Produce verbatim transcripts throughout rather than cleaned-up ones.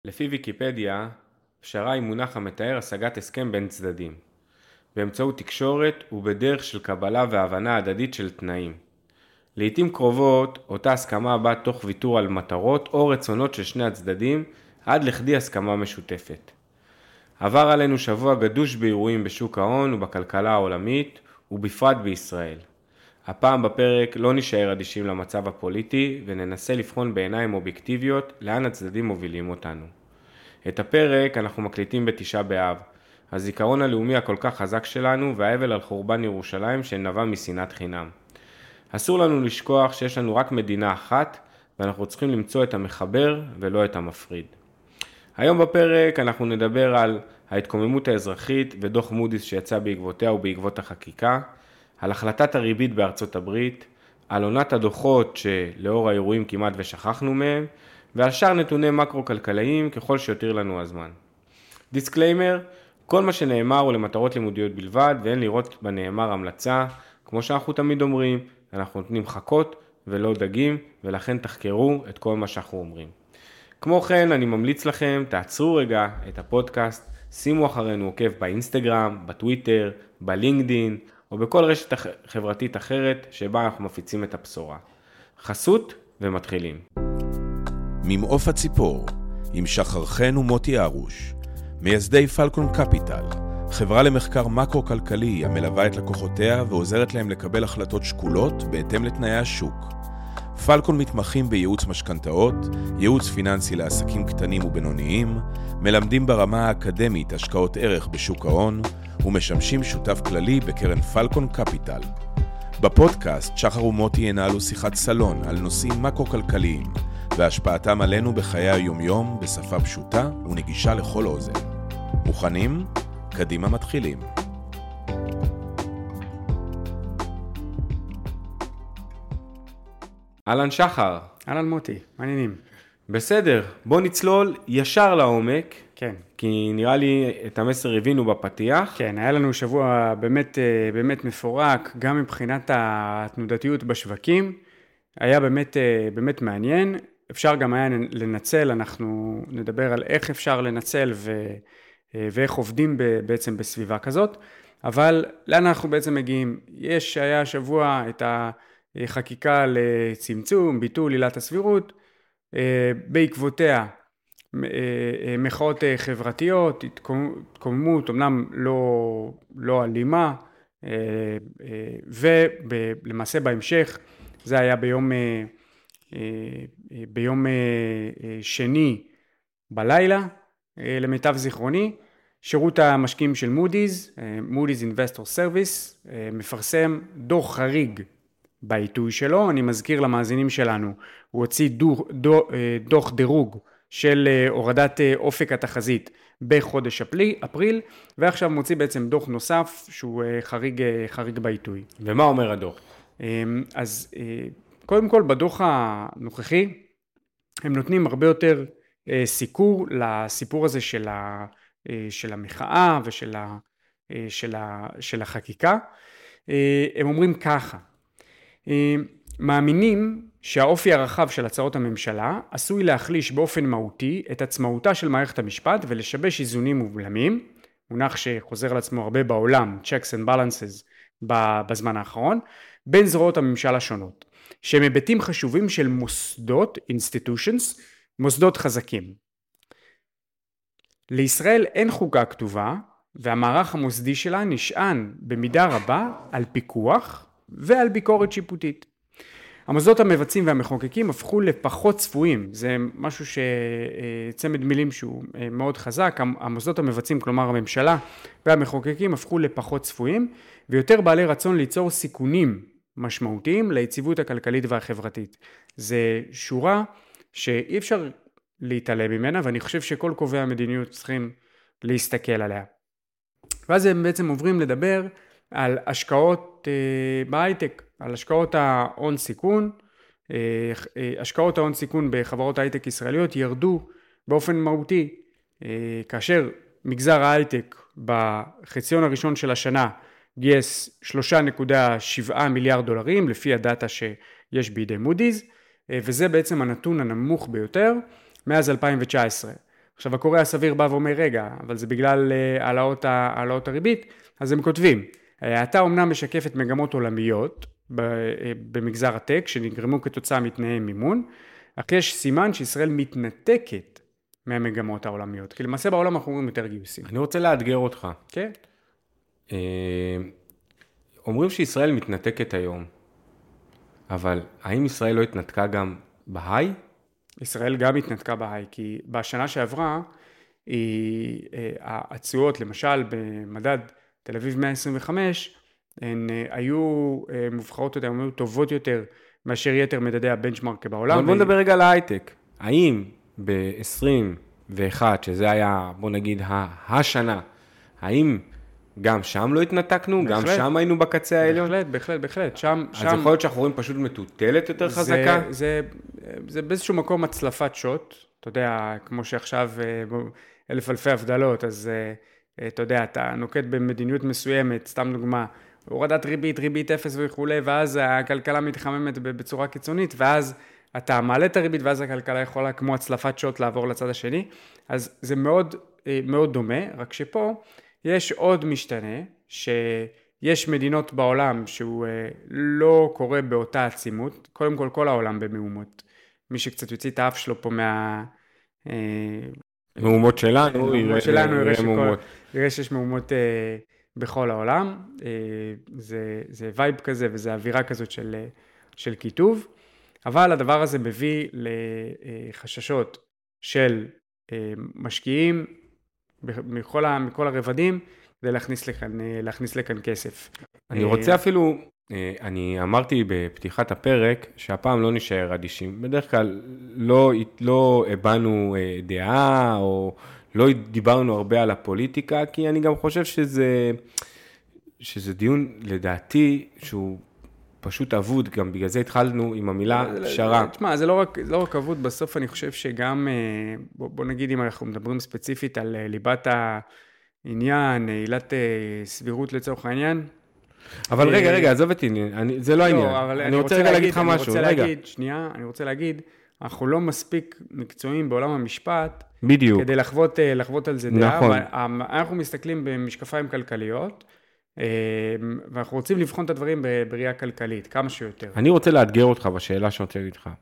לפי ויקיפדיה, פשרה היא מונח המתאר השגת הסכם בין צדדים, באמצעות תקשורת ובדרך של קבלה והבנה הדדית של תנאים. לעתים קרובות, אותה הסכמה באה תוך ויתור על מטרות או רצונות של שני הצדדים, עד לכדי הסכמה משותפת. עבר עלינו שבוע גדוש באירועים בשוק ההון ובכלכלה העולמית, ובפרט בישראל. הפעם בפרק לא נשאר אדישים למצב הפוליטי, וננסה לבחון בעיניים אובייקטיביות לאן הצדדים מובילים אותנו. את הפרק אנחנו מקליטים בתשעה באב, הזיכרון הלאומי הכל כך חזק שלנו והאבל על חורבן ירושלים שנבע משנאת חינם. אסור לנו לשכוח שיש לנו רק מדינה אחת, ואנחנו צריכים למצוא את המחבר ולא את המפריד. היום בפרק אנחנו נדבר על ההתקוממות האזרחית ודוח מודי'ס שיצא בעקבותיה ובעקבות החקיקה, על החלטת הריבית בארצות הברית, על עונת הדוחות שלאור האירועים כמעט ושכחנו מהם, ועל שאר נתוני מקרו-כלכליים ככל שיותיר לנו הזמן. דיסקליימר, כל מה שנאמר הוא למטרות לימודיות בלבד, ואין לראות בנאמר המלצה. כמו שאנחנו תמיד אומרים, אנחנו נותנים חכות ולא דגים, ולכן תחקרו את כל מה שאנחנו אומרים. כמו כן, אני ממליץ לכם, תעצרו רגע את הפודקאסט, שימו אחרינו עוקב באינסטגרם, בטוויטר, בלינקדין, או בכל רשת חברתית אחרת שבה אנחנו מפיצים את הבשורה. חסות ומתחילים. ממעוף הציפור, עם שחר חן ומוטי ארוש, מייסדי פלקון קפיטל, חברה למחקר מקרו-כלכלי המלווה את לקוחותיה ועוזרת להם לקבל החלטות שקולות בהתאם לתנאי השוק. פלקון מתמחים בייעוץ משכנתאות, ייעוץ פיננסי לעסקים קטנים ובינוניים, מלמדים ברמה האקדמית השקעות ערך בשוק ההון, ומשמשים שותף כללי בקרן פלקון קפיטל. בפודקאסט שחר ומוטי ינהלו שיחת סלון על נושאים מקרו-כלכליים, והשפעתם עלינו בחיי היומיום בשפה פשוטה ונגישה לכל אוזן. מוכנים? קדימה מתחילים. אהלן שחר. אהלן מוטי, מעניינים. בסדר, בוא נצלול ישר לעומק. כן. כי נראה לי את המסר הבינו בפתיח. כן, היה לנו שבוע באמת, באמת מפורק, גם מבחינת התנודתיות בשווקים. היה באמת, באמת מעניין. אפשר גם היה לנצל, אנחנו נדבר על איך אפשר לנצל ו, ואיך עובדים בעצם בסביבה כזאת. אבל לאן אנחנו בעצם מגיעים? יש, היה שבוע את החקיקה לצמצום, ביטול עילת הסבירות, בעקבותיה מחאות חברתיות, התקוממות, אמנם לא, לא אלימה, ולמעשה בהמשך, זה היה ביום, ביום שני בלילה, למיטב זיכרוני, שירות המשקיעים של מודי'ס, מודי'ס Investor Service, מפרסם דוח חריג בעיתוי שלו. אני מזכיר למאזינים שלנו, הוא הוציא דוח, דוח, דוח דירוג של הורדת אופק התחזית בחודש אפריל, אפריל, ועכשיו מוציא בעצם דוח נוסף שהוא חריג, חריג בעיתוי. ומה אומר הדוח? אז קודם כל בדוח הנוכחי, הם נותנים הרבה יותר סיקור לסיפור הזה של, ה, של המחאה ושל ה, של, ה, של החקיקה. הם אומרים ככה, מאמינים שהאופי הרחב של הצעות הממשלה עשוי להחליש באופן מהותי את עצמאותה של מערכת המשפט ולשבש איזונים ובלמים, מונח שחוזר על עצמו הרבה בעולם, checks and balances בזמן האחרון, בין זרועות הממשל השונות, שהם היבטים חשובים של מוסדות, institutions, מוסדות חזקים. לישראל אין חוקה כתובה, והמערך המוסדי שלה נשען במידה רבה על פיקוח ועל ביקורת שיפוטית. המוסדות המבצעים והמחוקקים הפכו לפחות צפויים, זה משהו שצמד מילים שהוא מאוד חזק, המוסדות המבצעים, כלומר הממשלה והמחוקקים הפכו לפחות צפויים, ויותר בעלי רצון ליצור סיכונים משמעותיים ליציבות הכלכלית והחברתית. זה שורה שאי אפשר להתעלם ממנה, ואני חושב שכל קובעי המדיניות צריכים להסתכל עליה. ואז הם בעצם עוברים לדבר על השקעות בהייטק, על השקעות ההון סיכון. השקעות ההון סיכון בחברות הייטק ישראליות ירדו באופן מהותי, כאשר מגזר ההייטק בחציון הראשון של השנה גייס שלושה נקודה שבע מיליארד דולרים, לפי הדאטה שיש בידי מודי'ס, וזה בעצם הנתון הנמוך ביותר מאז אלפיים תשע עשרה. עכשיו, הקורא הסביר בא ואומר, רגע, אבל זה בגלל העלאות, העלאות הריבית, אז הם כותבים, ההאטה אומנם משקפת מגמות עולמיות במגזר הטק, שנגרמו כתוצאה מתנאי מימון, אך יש סימן שישראל מתנתקת מהמגמות העולמיות, כי למעשה בעולם אנחנו רואים יותר גיוסים. אני רוצה לאתגר אותך. כן. אומרים שישראל מתנתקת היום, אבל האם ישראל לא התנתקה גם בהיי? ישראל גם התנתקה בהיי, כי בשנה שעברה, התשואות, למשל במדד תל אביב מאה עשרים וחמש, הן היו מובחרות יותר, הן היו טובות יותר מאשר יתר מדדי הבנצ'מרק בעולם. אבל בוא נדבר רגע על ההייטק. האם ב-עשרים ואחת, שזה היה, בוא נגיד, השנה, האם גם שם לא התנתקנו? גם שם היינו בקצה העליון? בהחלט, בהחלט, בהחלט. שם, אז שם... יכול להיות שאנחנו רואים פשוט מטוטלת יותר חזקה? זה, זה, זה באיזשהו מקום הצלפת שוט. אתה יודע, כמו שעכשיו אלף אלפי הבדלות, אז אתה יודע, אתה נוקט במדיניות מסוימת, סתם דוגמה, הורדת ריבית, ריבית אפס וכו', ואז הכלכלה מתחממת בצורה קיצונית, ואז אתה מעלה את הריבית, ואז הכלכלה יכולה כמו הצלפת שוט לעבור לצד השני. אז זה מאוד, מאוד דומה, רק שפה יש עוד משתנה, שיש מדינות בעולם שהוא לא קורה באותה עצימות, קודם כל כל העולם במהומות. מי שקצת יוציא את האף שלו פה מה... מהומות שלנו, מהומות שלנו, יראה שיש מהומות בכל העולם. זה, זה וייב כזה וזה אווירה כזאת של, של כיתוב, אבל הדבר הזה מביא לחששות של משקיעים מכל, ה, מכל הרבדים, כדי להכניס לכאן, להכניס לכאן כסף. אני רוצה אפילו, אני אמרתי בפתיחת הפרק, שהפעם לא נשאר אדישים. בדרך כלל לא, לא הבנו דעה, או לא דיברנו הרבה על הפוליטיקה, כי אני גם חושב שזה, שזה דיון, לדעתי, שהוא פשוט אבוד, גם בגלל זה התחלנו עם המילה פשרה. תשמע, זה לא רק, לא רק אבוד, בסוף אני חושב שגם, בוא, בוא נגיד אם אנחנו מדברים ספציפית על ליבת העניין, עילת סבירות לצורך העניין. אבל רגע, רגע, עזוב אותי, זה לא העניין. אני רוצה רגע להגיד לך משהו, רגע. שנייה, אני רוצה להגיד, אנחנו לא מספיק מקצועיים בעולם המשפט, בדיוק. כדי לחוות, לחוות על זה דעה. נכון. אנחנו מסתכלים במשקפיים כלכליות, ואנחנו רוצים לבחון את הדברים בראייה כלכלית, כמה שיותר. אני רוצה לאתגר אותך בשאלה שאני רוצה להגיד לך.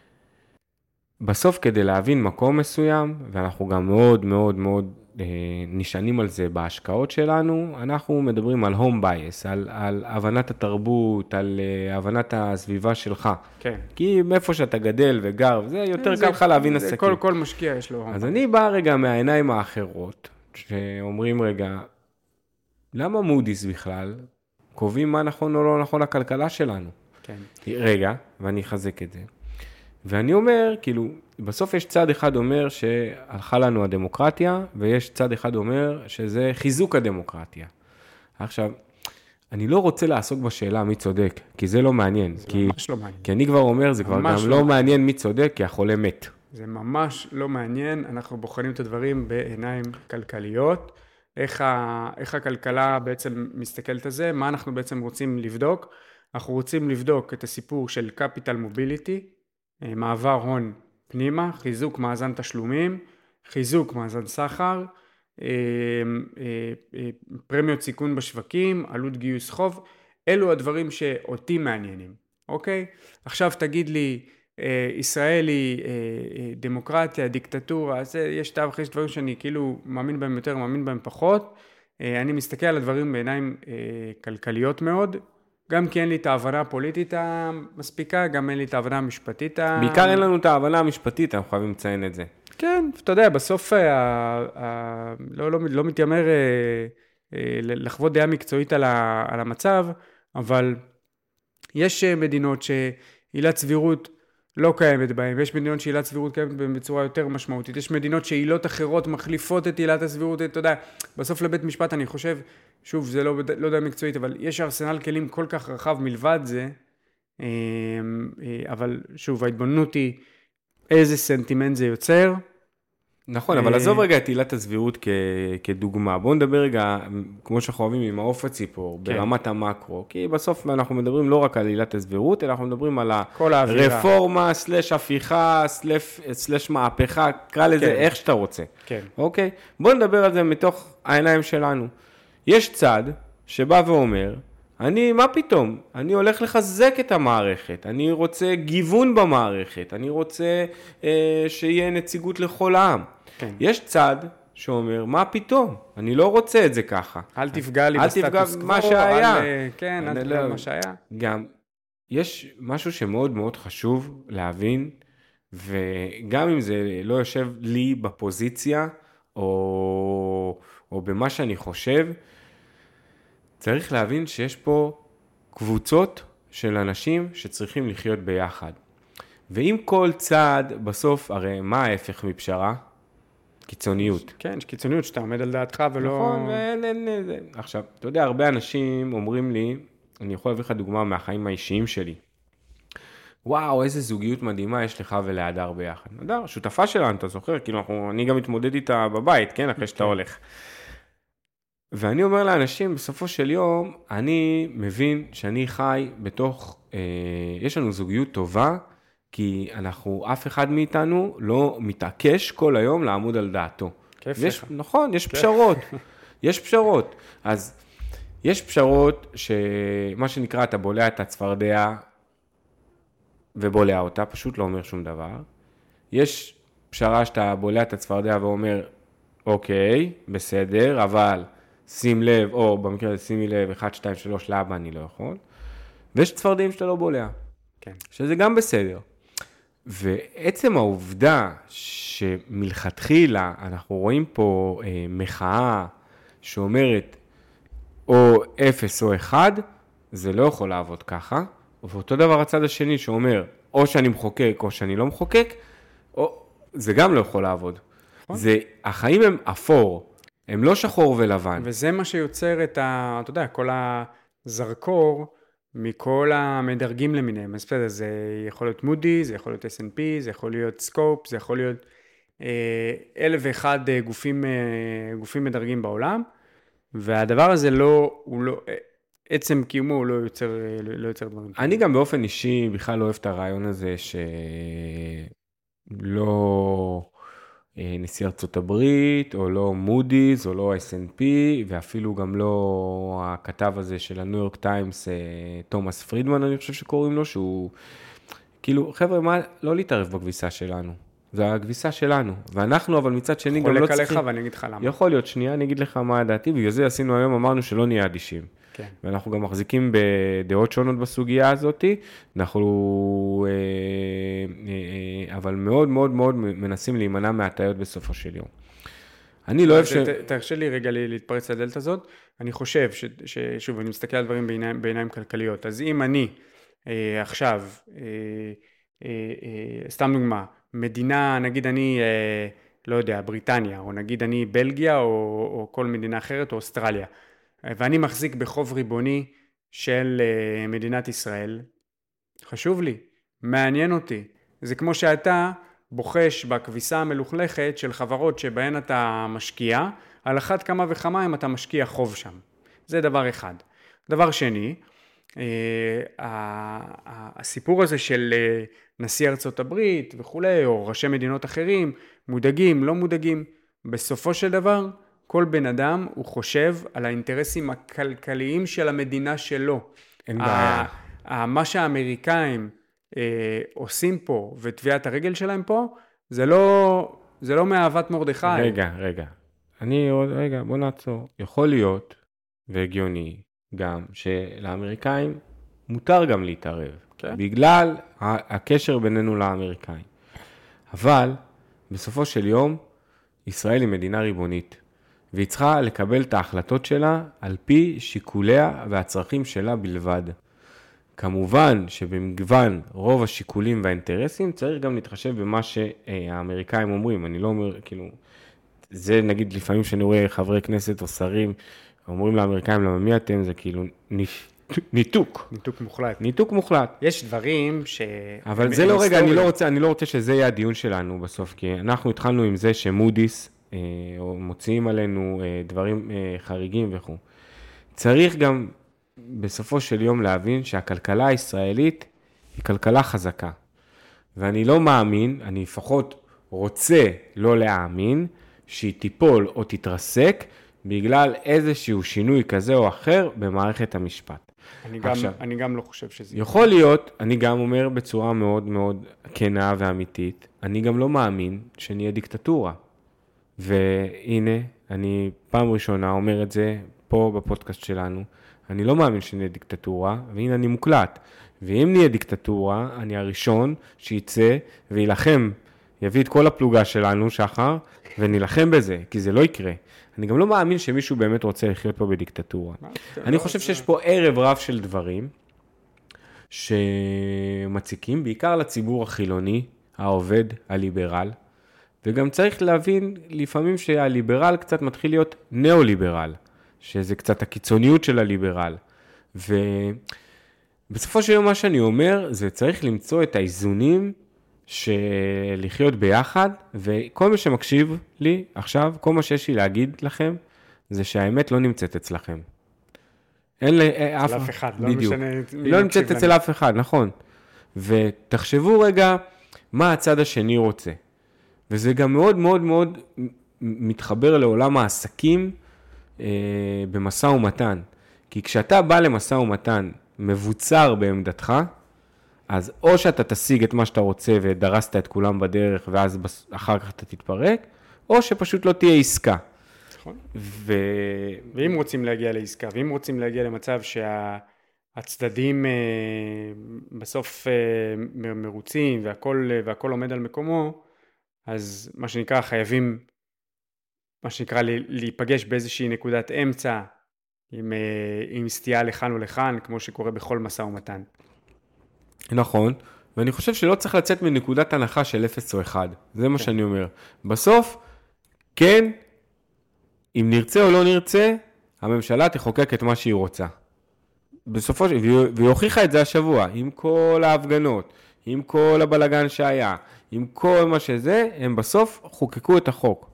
בסוף כדי להבין מקום מסוים, ואנחנו גם מאוד מאוד מאוד נשענים על זה בהשקעות שלנו, אנחנו מדברים על home bias, על, על הבנת התרבות, על הבנת הסביבה שלך. כן. כי מאיפה שאתה גדל וגר, זה יותר קל לך להבין עסקים. כל, כל משקיע יש לו. אז אני בא רגע מהעיניים האחרות, שאומרים רגע, למה מודי'ס בכלל קובעים מה נכון או לא נכון לכלכלה שלנו? כן. רגע, ואני אחזק את זה. ואני אומר, כאילו, בסוף יש צד אחד אומר שהלכה לנו הדמוקרטיה, ויש צד אחד אומר שזה חיזוק הדמוקרטיה. עכשיו, אני לא רוצה לעסוק בשאלה מי צודק, כי זה לא מעניין. זה כי, ממש לא מעניין. כי אני כבר אומר, זה כבר גם לא, לא מעניין מי צודק, כי החולה מת. זה ממש לא מעניין, אנחנו בוחנים את הדברים בעיניים כלכליות, איך, ה, איך הכלכלה בעצם מסתכלת על זה, מה אנחנו בעצם רוצים לבדוק. אנחנו רוצים לבדוק את הסיפור של capital mobility, מעבר הון פנימה, חיזוק מאזן תשלומים, חיזוק מאזן סחר, פרמיות סיכון בשווקים, עלות גיוס חוב, אלו הדברים שאותי מעניינים, אוקיי? עכשיו תגיד לי, ישראל היא דמוקרטיה, דיקטטורה, אז יש תאבך, יש דברים שאני כאילו מאמין בהם יותר, מאמין בהם פחות, אני מסתכל על הדברים בעיניים כלכליות מאוד, גם כי אין לי את ההבנה הפוליטית המספיקה, גם אין לי את ההבנה המשפטית. בעיקר אין לנו את ההבנה המשפטית, אנחנו חייבים לציין את זה. כן, אתה יודע, בסוף ה, ה, לא, לא, לא מתיימר לחוות דעה מקצועית על, ה, על המצב, אבל יש מדינות שעילת סבירות לא קיימת בהן, ויש מדינות שעילת סבירות קיימת בהן בצורה יותר משמעותית, יש מדינות שעילות אחרות מחליפות את עילת הסבירות, אתה יודע, בסוף לבית משפט אני חושב, שוב, זה לא, לא יודע מקצועית, אבל יש ארסנל כלים כל כך רחב מלבד זה, אבל שוב, ההתבוננות היא איזה סנטימנט זה יוצר, נכון, אבל עזוב רגע את עילת הסבירות כ, כדוגמה. בואו נדבר רגע, כמו שאנחנו אוהבים, עם העוף הציפור, כן. ברמת המקרו. כי בסוף אנחנו מדברים לא רק על עילת הסבירות, אלא אנחנו מדברים על הרפורמה, סלש הפיכה, סלש, סלש מהפכה, קרא לזה כן. איך שאתה רוצה. כן. אוקיי? בואו נדבר על זה מתוך העיניים שלנו. יש צד שבא ואומר, אני, מה פתאום? אני הולך לחזק את המערכת, אני רוצה גיוון במערכת, אני רוצה אה, שיהיה נציגות לכל העם. כן. יש צד שאומר, מה פתאום? אני לא רוצה את זה ככה. אל תפגע לי בסטטוס קוו, מה שהיה. אל, כן, אל תפגע לא, מה שהיה. גם, יש משהו שמאוד מאוד חשוב להבין, וגם אם זה לא יושב לי בפוזיציה, או, או במה שאני חושב, צריך להבין שיש פה קבוצות של אנשים שצריכים לחיות ביחד. ואם כל צעד בסוף, הרי מה ההפך מפשרה? קיצוניות. כן, קיצוניות שאתה עומד על דעתך ולא... נכון, אין, אין, אין. עכשיו, אתה יודע, הרבה אנשים אומרים לי, אני יכול להביא לך דוגמה מהחיים האישיים שלי. וואו, איזה זוגיות מדהימה יש לך ולהדר ביחד. נהדר, שותפה שלנו, אתה זוכר? כאילו, אנחנו, אני גם מתמודד איתה בבית, כן? אחרי שאתה הולך. ואני אומר לאנשים, בסופו של יום, אני מבין שאני חי בתוך, אה, יש לנו זוגיות טובה, כי אנחנו, אף אחד מאיתנו לא מתעקש כל היום לעמוד על דעתו. כיף ויש, לך. נכון, יש פשרות. יש פשרות. אז יש פשרות שמה שנקרא, אתה בולע את הצפרדע ובולע אותה, פשוט לא אומר שום דבר. יש פשרה שאתה בולע את הצפרדע ואומר, אוקיי, בסדר, אבל... שים לב, או במקרה הזה שימי לב, אחת, שתיים, שלוש, לאבא אני לא יכול. ויש צפרדעים שאתה לא בולע. כן. שזה גם בסדר. ועצם העובדה שמלכתחילה אנחנו רואים פה אה, מחאה שאומרת או אפס או אחד, זה לא יכול לעבוד ככה. ואותו דבר הצד השני שאומר, או שאני מחוקק או שאני לא מחוקק, או, זה גם לא יכול לעבוד. זה, החיים הם אפור. הם לא שחור ולבן. וזה מה שיוצר את ה... אתה יודע, כל הזרקור מכל המדרגים למיניהם. אז בסדר, זה יכול להיות מודי, זה יכול להיות אס אנד פי, זה יכול להיות סקופ, זה יכול להיות אה, אלף ואחד גופים, אה, גופים מדרגים בעולם, והדבר הזה לא, הוא לא, עצם קיומו הוא לא יוצר, לא יוצר דברים. אני גם באופן אישי בכלל לא אוהב את הרעיון הזה שלא... נשיא ארצות הברית, או לא מודי'ס, או לא אס אנד פי, ואפילו גם לא הכתב הזה של הניו יורק טיימס, תומאס פרידמן, אני חושב שקוראים לו, שהוא, כאילו, חבר'ה, מה, לא להתערב בכביסה שלנו. זה הכביסה שלנו. ואנחנו, אבל מצד שני, גם לא צריכים... חולק עליך, ואני אגיד לך למה. יכול להיות, שנייה, אני אגיד לך מה הדעתי, ובגלל זה עשינו היום, אמרנו שלא נהיה אדישים. כן. ואנחנו גם מחזיקים בדעות שונות בסוגיה הזאת, אנחנו, אבל מאוד מאוד מאוד מנסים להימנע מהטעיות בסופו של יום. אני לא אוהב ש... תרשה לי רגע להתפרץ לדלת הזאת, אני חושב ששוב, אני מסתכל על דברים בעיניים, בעיניים כלכליות, אז אם אני עכשיו, סתם דוגמה, מדינה, נגיד אני, לא יודע, בריטניה, או נגיד אני בלגיה, או, או כל מדינה אחרת, או אוסטרליה, ואני מחזיק בחוב ריבוני של מדינת ישראל, חשוב לי, מעניין אותי. זה כמו שאתה בוחש בכביסה המלוכלכת של חברות שבהן אתה משקיע, על אחת כמה וכמה אם אתה משקיע חוב שם. זה דבר אחד. דבר שני, הסיפור הזה של נשיא ארצות הברית וכולי, או ראשי מדינות אחרים, מודאגים, לא מודאגים, בסופו של דבר, כל בן אדם הוא חושב על האינטרסים הכלכליים של המדינה שלו. אין בעיה. מה שהאמריקאים אה, עושים פה וטביעת הרגל שלהם פה, זה לא, זה לא מאהבת מרדכי. רגע, רגע. אני עוד, רגע, בוא נעצור. יכול להיות והגיוני גם שלאמריקאים מותר גם להתערב. כן. בגלל הקשר בינינו לאמריקאים. אבל בסופו של יום, ישראל היא מדינה ריבונית. והיא צריכה לקבל את ההחלטות שלה על פי שיקוליה והצרכים שלה בלבד. כמובן שבמגוון רוב השיקולים והאינטרסים צריך גם להתחשב במה שהאמריקאים אומרים. אני לא אומר, כאילו, זה נגיד לפעמים שאני רואה חברי כנסת או שרים אומרים לאמריקאים, למה מי אתם? זה כאילו ניתוק. ניתוק מוחלט. ניתוק מוחלט. יש דברים ש... אבל זה לא רגע, אני לא רוצה, אני לא רוצה שזה יהיה הדיון שלנו בסוף, כי אנחנו התחלנו עם זה שמודיס אה, מוציאים עלינו אה, דברים אה, חריגים וכו'. צריך גם בסופו של יום להבין שהכלכלה הישראלית היא כלכלה חזקה. ואני לא מאמין, אני לפחות רוצה לא להאמין, שהיא תיפול או תתרסק בגלל איזשהו שינוי כזה או אחר במערכת המשפט. אני גם, עכשיו, אני גם לא חושב שזה... יכול להיות, אני גם אומר בצורה מאוד מאוד כנה ואמיתית, אני גם לא מאמין שנהיה דיקטטורה. והנה, אני פעם ראשונה אומר את זה פה בפודקאסט שלנו, אני לא מאמין שנהיה דיקטטורה, והנה אני מוקלט. ואם נהיה דיקטטורה, אני הראשון שיצא וילחם, יביא את כל הפלוגה שלנו, שחר, ונילחם בזה, כי זה לא יקרה. אני גם לא מאמין שמישהו באמת רוצה לחיות פה בדיקטטורה. אני חושב שיש פה ערב רב של דברים שמציקים, בעיקר לציבור החילוני, העובד, הליברל, וגם צריך להבין לפעמים שהליברל קצת מתחיל להיות ניאו-ליברל, שזה קצת הקיצוניות של הליברל. ובסופו של יום מה שאני אומר, זה צריך למצוא את האיזונים שלחיות ביחד, וכל מי שמקשיב לי עכשיו, כל מה שיש לי להגיד לכם, זה שהאמת לא נמצאת אצלכם. אין לאף אף אחד, לא בדיוק. משנה. לא נמצאת אצל אף אחד, נכון. ותחשבו רגע מה הצד השני רוצה. וזה גם מאוד מאוד מאוד מתחבר לעולם העסקים אה, במשא ומתן. כי כשאתה בא למשא ומתן מבוצר בעמדתך, אז או שאתה תשיג את מה שאתה רוצה ודרסת את כולם בדרך, ואז אחר כך אתה תתפרק, או שפשוט לא תהיה עסקה. נכון. ו... ואם רוצים להגיע לעסקה, ואם רוצים להגיע למצב שהצדדים בסוף מרוצים והכל, והכל עומד על מקומו, אז מה שנקרא חייבים, מה שנקרא להיפגש באיזושהי נקודת אמצע, עם, עם סטייה לכאן או לכאן, כמו שקורה בכל משא ומתן. נכון, ואני חושב שלא צריך לצאת מנקודת הנחה של אפס או אחד, זה מה שאני אומר. בסוף, כן, אם נרצה או לא נרצה, הממשלה תחוקק את מה שהיא רוצה. בסופו של... והיא הוכיחה את זה השבוע, עם כל ההפגנות, עם כל הבלגן שהיה, עם כל מה שזה, הם בסוף חוקקו את החוק.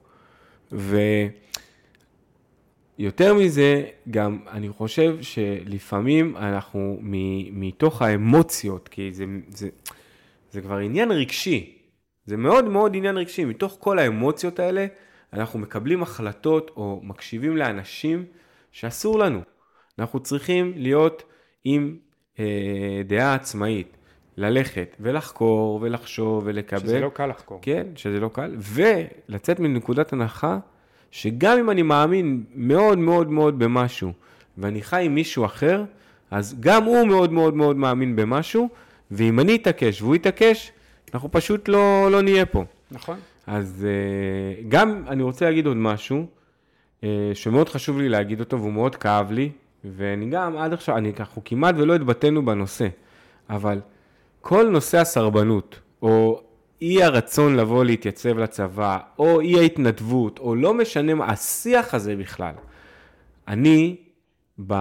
ויותר מזה, גם אני חושב שלפעמים אנחנו מתוך האמוציות, כי זה, זה, זה כבר עניין רגשי, זה מאוד מאוד עניין רגשי, מתוך כל האמוציות האלה, אנחנו מקבלים החלטות או מקשיבים לאנשים שאסור לנו. אנחנו צריכים להיות עם אה, דעה עצמאית, ללכת ולחקור ולחשוב ולקבל. שזה לא קל לחקור. כן, שזה לא קל. ולצאת מנקודת הנחה, שגם אם אני מאמין מאוד מאוד מאוד במשהו, ואני חי עם מישהו אחר, אז גם הוא מאוד מאוד מאוד מאמין במשהו, ואם אני אתעקש והוא יתעקש, אנחנו פשוט לא, לא נהיה פה. נכון. אז גם אני רוצה להגיד עוד משהו, שמאוד חשוב לי להגיד אותו, והוא מאוד כאב לי, ואני גם עד עכשיו, אני ככה, כמעט ולא התבטאנו בנושא, אבל כל נושא הסרבנות, או אי הרצון לבוא להתייצב לצבא, או אי ההתנדבות, או לא משנה מה, השיח הזה בכלל. אני, ב...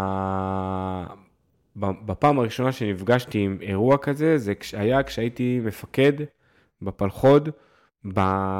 בפעם הראשונה שנפגשתי עם אירוע כזה, זה היה כשהייתי מפקד בפלחוד, ב...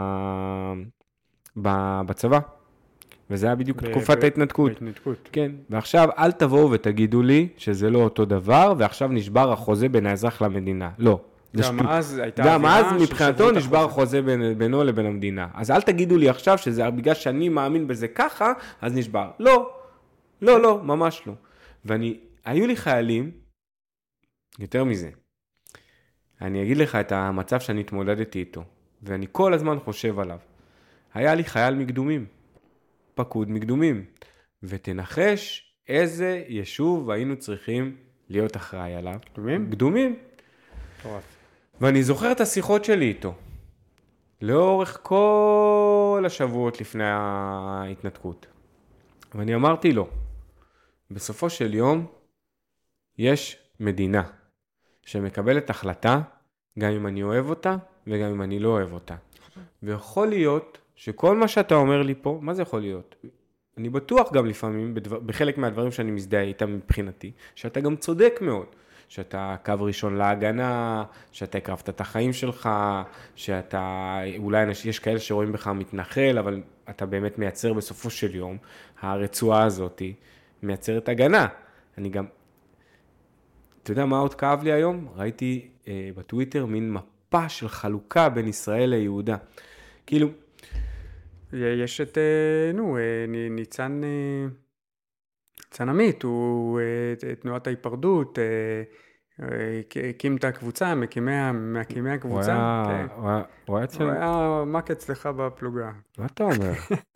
ב... בצבא. וזה היה בדיוק ב... תקופת ב... ההתנתקות. בהתנתקות. כן, ועכשיו אל תבואו ותגידו לי שזה לא אותו דבר, ועכשיו נשבר החוזה בין האזרח למדינה. לא. גם אז הייתה גם אז מבחינתו נשבר חוזה בין, בינו לבין המדינה. אז אל תגידו לי עכשיו שזה בגלל שאני מאמין בזה ככה, אז נשבר. לא, לא, לא, ממש לא. ואני, היו לי חיילים, יותר מזה, אני אגיד לך את המצב שאני התמודדתי איתו, ואני כל הזמן חושב עליו. היה לי חייל מקדומים, פקוד מקדומים, ותנחש איזה יישוב היינו צריכים להיות אחראי עליו. קדומים? קדומים. טוב. ואני זוכר את השיחות שלי איתו, לאורך כל השבועות לפני ההתנתקות. ואני אמרתי לו, בסופו של יום, יש מדינה שמקבלת החלטה, גם אם אני אוהב אותה, וגם אם אני לא אוהב אותה. ויכול להיות שכל מה שאתה אומר לי פה, מה זה יכול להיות? אני בטוח גם לפעמים, בדבר, בחלק מהדברים שאני מזדהה איתם מבחינתי, שאתה גם צודק מאוד. שאתה קו ראשון להגנה, שאתה הקרבת את החיים שלך, שאתה, אולי יש כאלה שרואים בך מתנחל, אבל אתה באמת מייצר בסופו של יום, הרצועה הזאת מייצרת הגנה. אני גם, אתה יודע מה עוד כאב לי היום? ראיתי אה, בטוויטר מין מפה של חלוקה בין ישראל ליהודה. כאילו, יש את, אה, נו, אה, ניצן, אה, ניצן עמית, הוא אה, תנועת ההיפרדות, אה, הקים את הקבוצה, מקימי הקבוצה. הוא היה אצל... הוא היה מק אצלך בפלוגה. מה אתה אומר?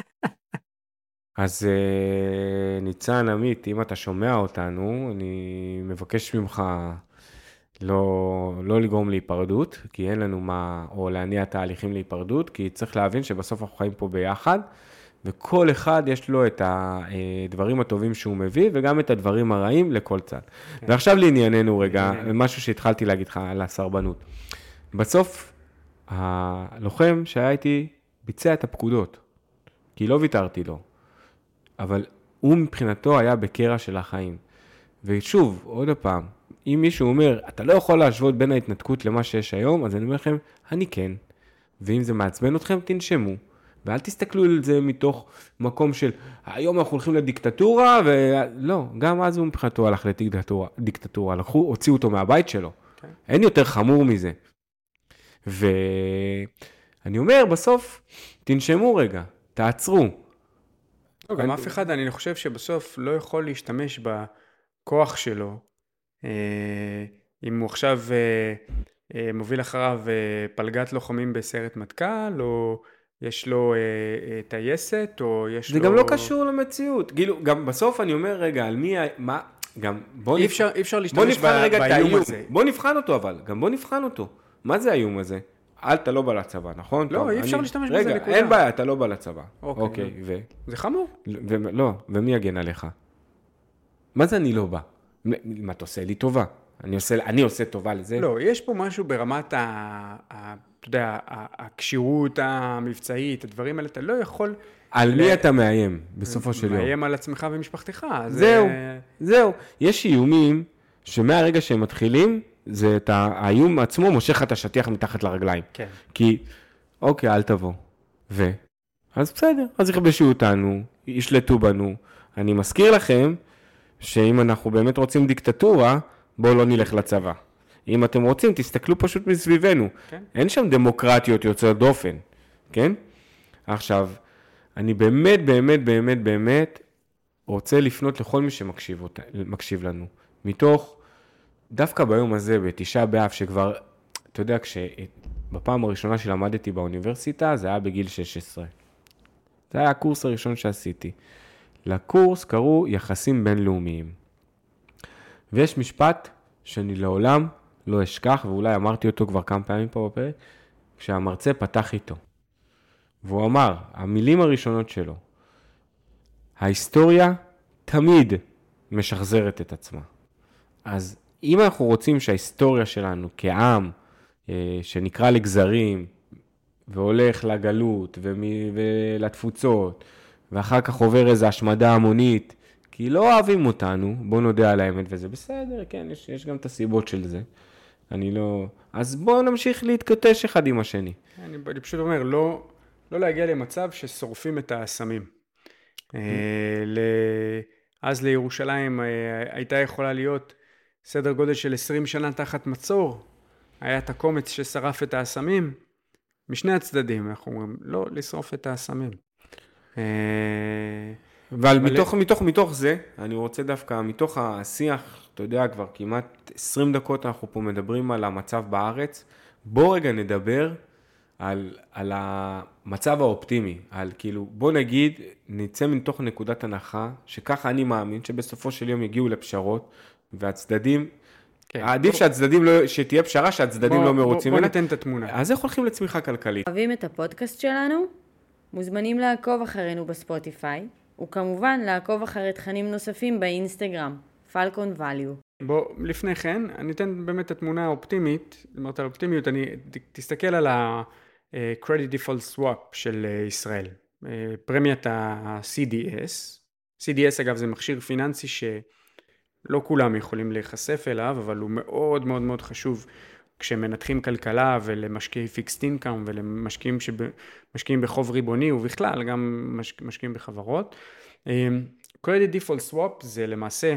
אז ניצן עמית, אם אתה שומע אותנו, אני מבקש ממך לא, לא לגרום להיפרדות, כי אין לנו מה, או להניע תהליכים להיפרדות, כי צריך להבין שבסוף אנחנו חיים פה ביחד, וכל אחד יש לו את הדברים הטובים שהוא מביא, וגם את הדברים הרעים לכל צד. כן. ועכשיו לענייננו רגע, משהו שהתחלתי להגיד לך על הסרבנות. בסוף, הלוחם שהיה איתי ביצע את הפקודות, כי לא ויתרתי לו, אבל הוא מבחינתו היה בקרע של החיים. ושוב, עוד פעם, אם מישהו אומר, אתה לא יכול להשוות בין ההתנתקות למה שיש היום, אז אני אומר לכם, אני כן. ואם זה מעצבן אתכם, תנשמו. ואל תסתכלו על זה מתוך מקום של, היום אנחנו הולכים לדיקטטורה, ולא, גם אז הוא מבחינתו הלך לדיקטטורה, דיקטטורה, הלכו, הוציאו אותו מהבית שלו. Okay. אין יותר חמור מזה. ואני אומר, בסוף, תנשמו רגע, תעצרו. לא, גם אף אחד, אני חושב שבסוף לא יכול להשתמש בכוח שלו, אם הוא עכשיו מוביל אחריו פלגת לוחמים בסיירת מטכ"ל, או יש לו טייסת, או יש לו... זה גם לא קשור למציאות. כאילו, גם בסוף אני אומר, רגע, על מי... מה... גם בוא נבחן... אי אפשר להשתמש באיום הזה. בוא נבחן אותו אבל, גם בוא נבחן אותו. מה זה האיום הזה? אל אתה לא בא לצבא, נכון? לא, אי אפשר להשתמש בזה נקודה. רגע, אין בעיה, אתה לא בא לצבא. אוקיי, ו... זה חמור. לא, ומי יגן עליך? מה זה אני לא בא? מה אתה עושה לי טובה? אני עושה, אני עושה טובה לזה? לא, יש פה משהו ברמת ה... ה אתה יודע, הקשירות המבצעית, הדברים האלה, אתה לא יכול... על מי אתה מאיים, בסופו של יום? מאיים על עצמך ומשפחתך. זהו, זהו. יש איומים שמהרגע שהם מתחילים, זה את האיום עצמו מושך את השטיח מתחת לרגליים. כן. כי, אוקיי, אל תבוא. ו? אז בסדר, אז יכבשו אותנו, ישלטו בנו. אני מזכיר לכם, שאם אנחנו באמת רוצים דיקטטורה, בואו לא נלך לצבא. אם אתם רוצים, תסתכלו פשוט מסביבנו. כן. אין שם דמוקרטיות יוצאות דופן, כן? עכשיו, אני באמת, באמת, באמת, באמת רוצה לפנות לכל מי שמקשיב אותה, מקשיב לנו. מתוך, דווקא ביום הזה, בתשעה באב, שכבר, אתה יודע, כשבפעם הראשונה שלמדתי באוניברסיטה, זה היה בגיל שש עשרה. זה היה הקורס הראשון שעשיתי. לקורס קראו יחסים בינלאומיים. ויש משפט שאני לעולם לא אשכח, ואולי אמרתי אותו כבר כמה פעמים פה בפרק, כשהמרצה פתח איתו. והוא אמר, המילים הראשונות שלו, ההיסטוריה תמיד משחזרת את עצמה. אז אם אנחנו רוצים שההיסטוריה שלנו כעם, שנקרא לגזרים, והולך לגלות ולתפוצות, ואחר כך עובר איזו השמדה המונית, כי לא אוהבים אותנו, בוא נודע על האמת, וזה בסדר, כן, יש, יש גם את הסיבות של זה. אני לא... אז בואו נמשיך להתקטש אחד עם השני. אני, אני פשוט אומר, לא, לא להגיע למצב ששורפים את הסמים. אז לירושלים הייתה יכולה להיות סדר גודל של עשרים שנה תחת מצור. היה את הקומץ ששרף את הסמים. משני הצדדים, אנחנו אומרים, לא לשרוף את הסמים. אבל מתוך, מתוך, מתוך זה, אני רוצה דווקא, מתוך השיח, אתה יודע, כבר כמעט עשרים דקות אנחנו פה מדברים על המצב בארץ, בוא רגע נדבר על, על המצב האופטימי, על כאילו, בוא נגיד, נצא מתוך נקודת הנחה, שככה אני מאמין, שבסופו של יום יגיעו לפשרות, והצדדים, כן, עדיף בוא... שהצדדים לא, שתהיה פשרה שהצדדים בוא, לא מרוצים. בוא, בוא נתן את התמונה. אז איך הולכים לצמיחה כלכלית? אוהבים את הפודקאסט שלנו? מוזמנים לעקוב אחרינו בספוטיפיי, וכמובן לעקוב אחרי תכנים נוספים באינסטגרם, פלקון ואליו. בוא, לפני כן, אני אתן באמת את התמונה האופטימית, זאת אומרת, האופטימיות, אני תסתכל על ה-credit default swap של ישראל. פרמיית ה-סי די אס. סי די אס אגב זה מכשיר פיננסי שלא כולם יכולים להיחשף אליו, אבל הוא מאוד מאוד מאוד חשוב כשמנתחים כלכלה ולמשקיעי פיקסט אינקאם ולמשקיעים שמשקיעים בחוב ריבוני ובכלל גם משקיעים בחברות. Credit Default Swap זה למעשה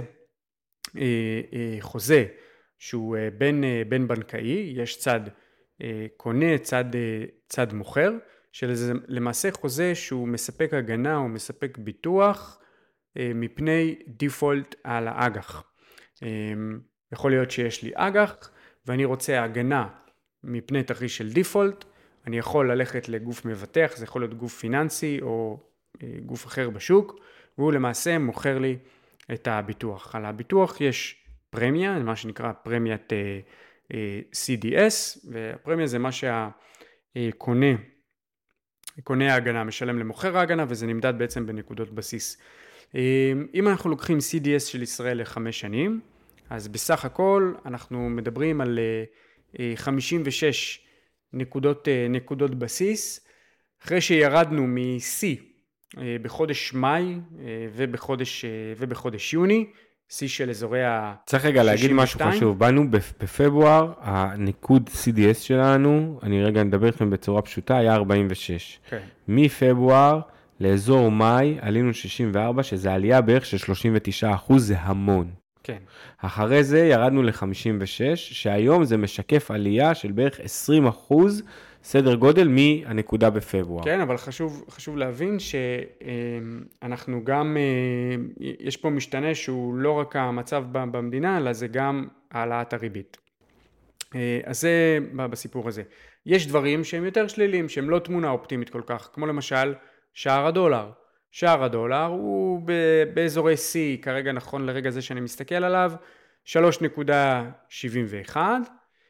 חוזה שהוא בין, בין בנקאי, יש צד קונה, צד, צד מוכר, שזה למעשה חוזה שהוא מספק הגנה או מספק ביטוח מפני דיפולט על האג"ח. יכול להיות שיש לי אג"ח ואני רוצה הגנה מפני תרחיש של דיפולט, אני יכול ללכת לגוף מבטח, זה יכול להיות גוף פיננסי או גוף אחר בשוק, והוא למעשה מוכר לי את הביטוח. על הביטוח יש פרמיה, מה שנקרא פרמיית סי די אס, והפרמיה זה מה שהקונה, קונה ההגנה משלם למוכר ההגנה, וזה נמדד בעצם בנקודות בסיס. אם אנחנו לוקחים סי די אס של ישראל לחמש שנים, אז בסך הכל אנחנו מדברים על חמישים ושש נקודות, נקודות בסיס, אחרי שירדנו מ-C בחודש מאי ובחודש, ובחודש יוני, C של אזורי ה... צריך רגע להגיד משהו חשוב, באנו בפברואר, הניקוד סי די אס שלנו, אני רגע נדבר איתכם בצורה פשוטה, היה ארבעים ושש. כן. מפברואר לאזור מאי עלינו שישים וארבע, שזה עלייה בערך של שלושים ותשעה אחוז, זה המון. כן. אחרי זה ירדנו ל-חמישים ושש, שהיום זה משקף עלייה של בערך עשרים אחוז סדר גודל מהנקודה בפברואר. כן, אבל חשוב, חשוב להבין שאנחנו גם, יש פה משתנה שהוא לא רק המצב במדינה, אלא זה גם העלאת הריבית. אז זה בסיפור הזה. יש דברים שהם יותר שליליים, שהם לא תמונה אופטימית כל כך, כמו למשל שער הדולר. שער הדולר הוא באזורי C, כרגע נכון לרגע זה שאני מסתכל עליו, שלוש נקודה שבעים ואחת.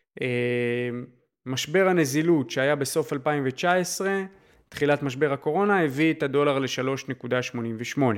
משבר הנזילות שהיה בסוף אלפיים תשע עשרה, תחילת משבר הקורונה, הביא את הדולר ל-שלוש נקודה שמונים ושמונה.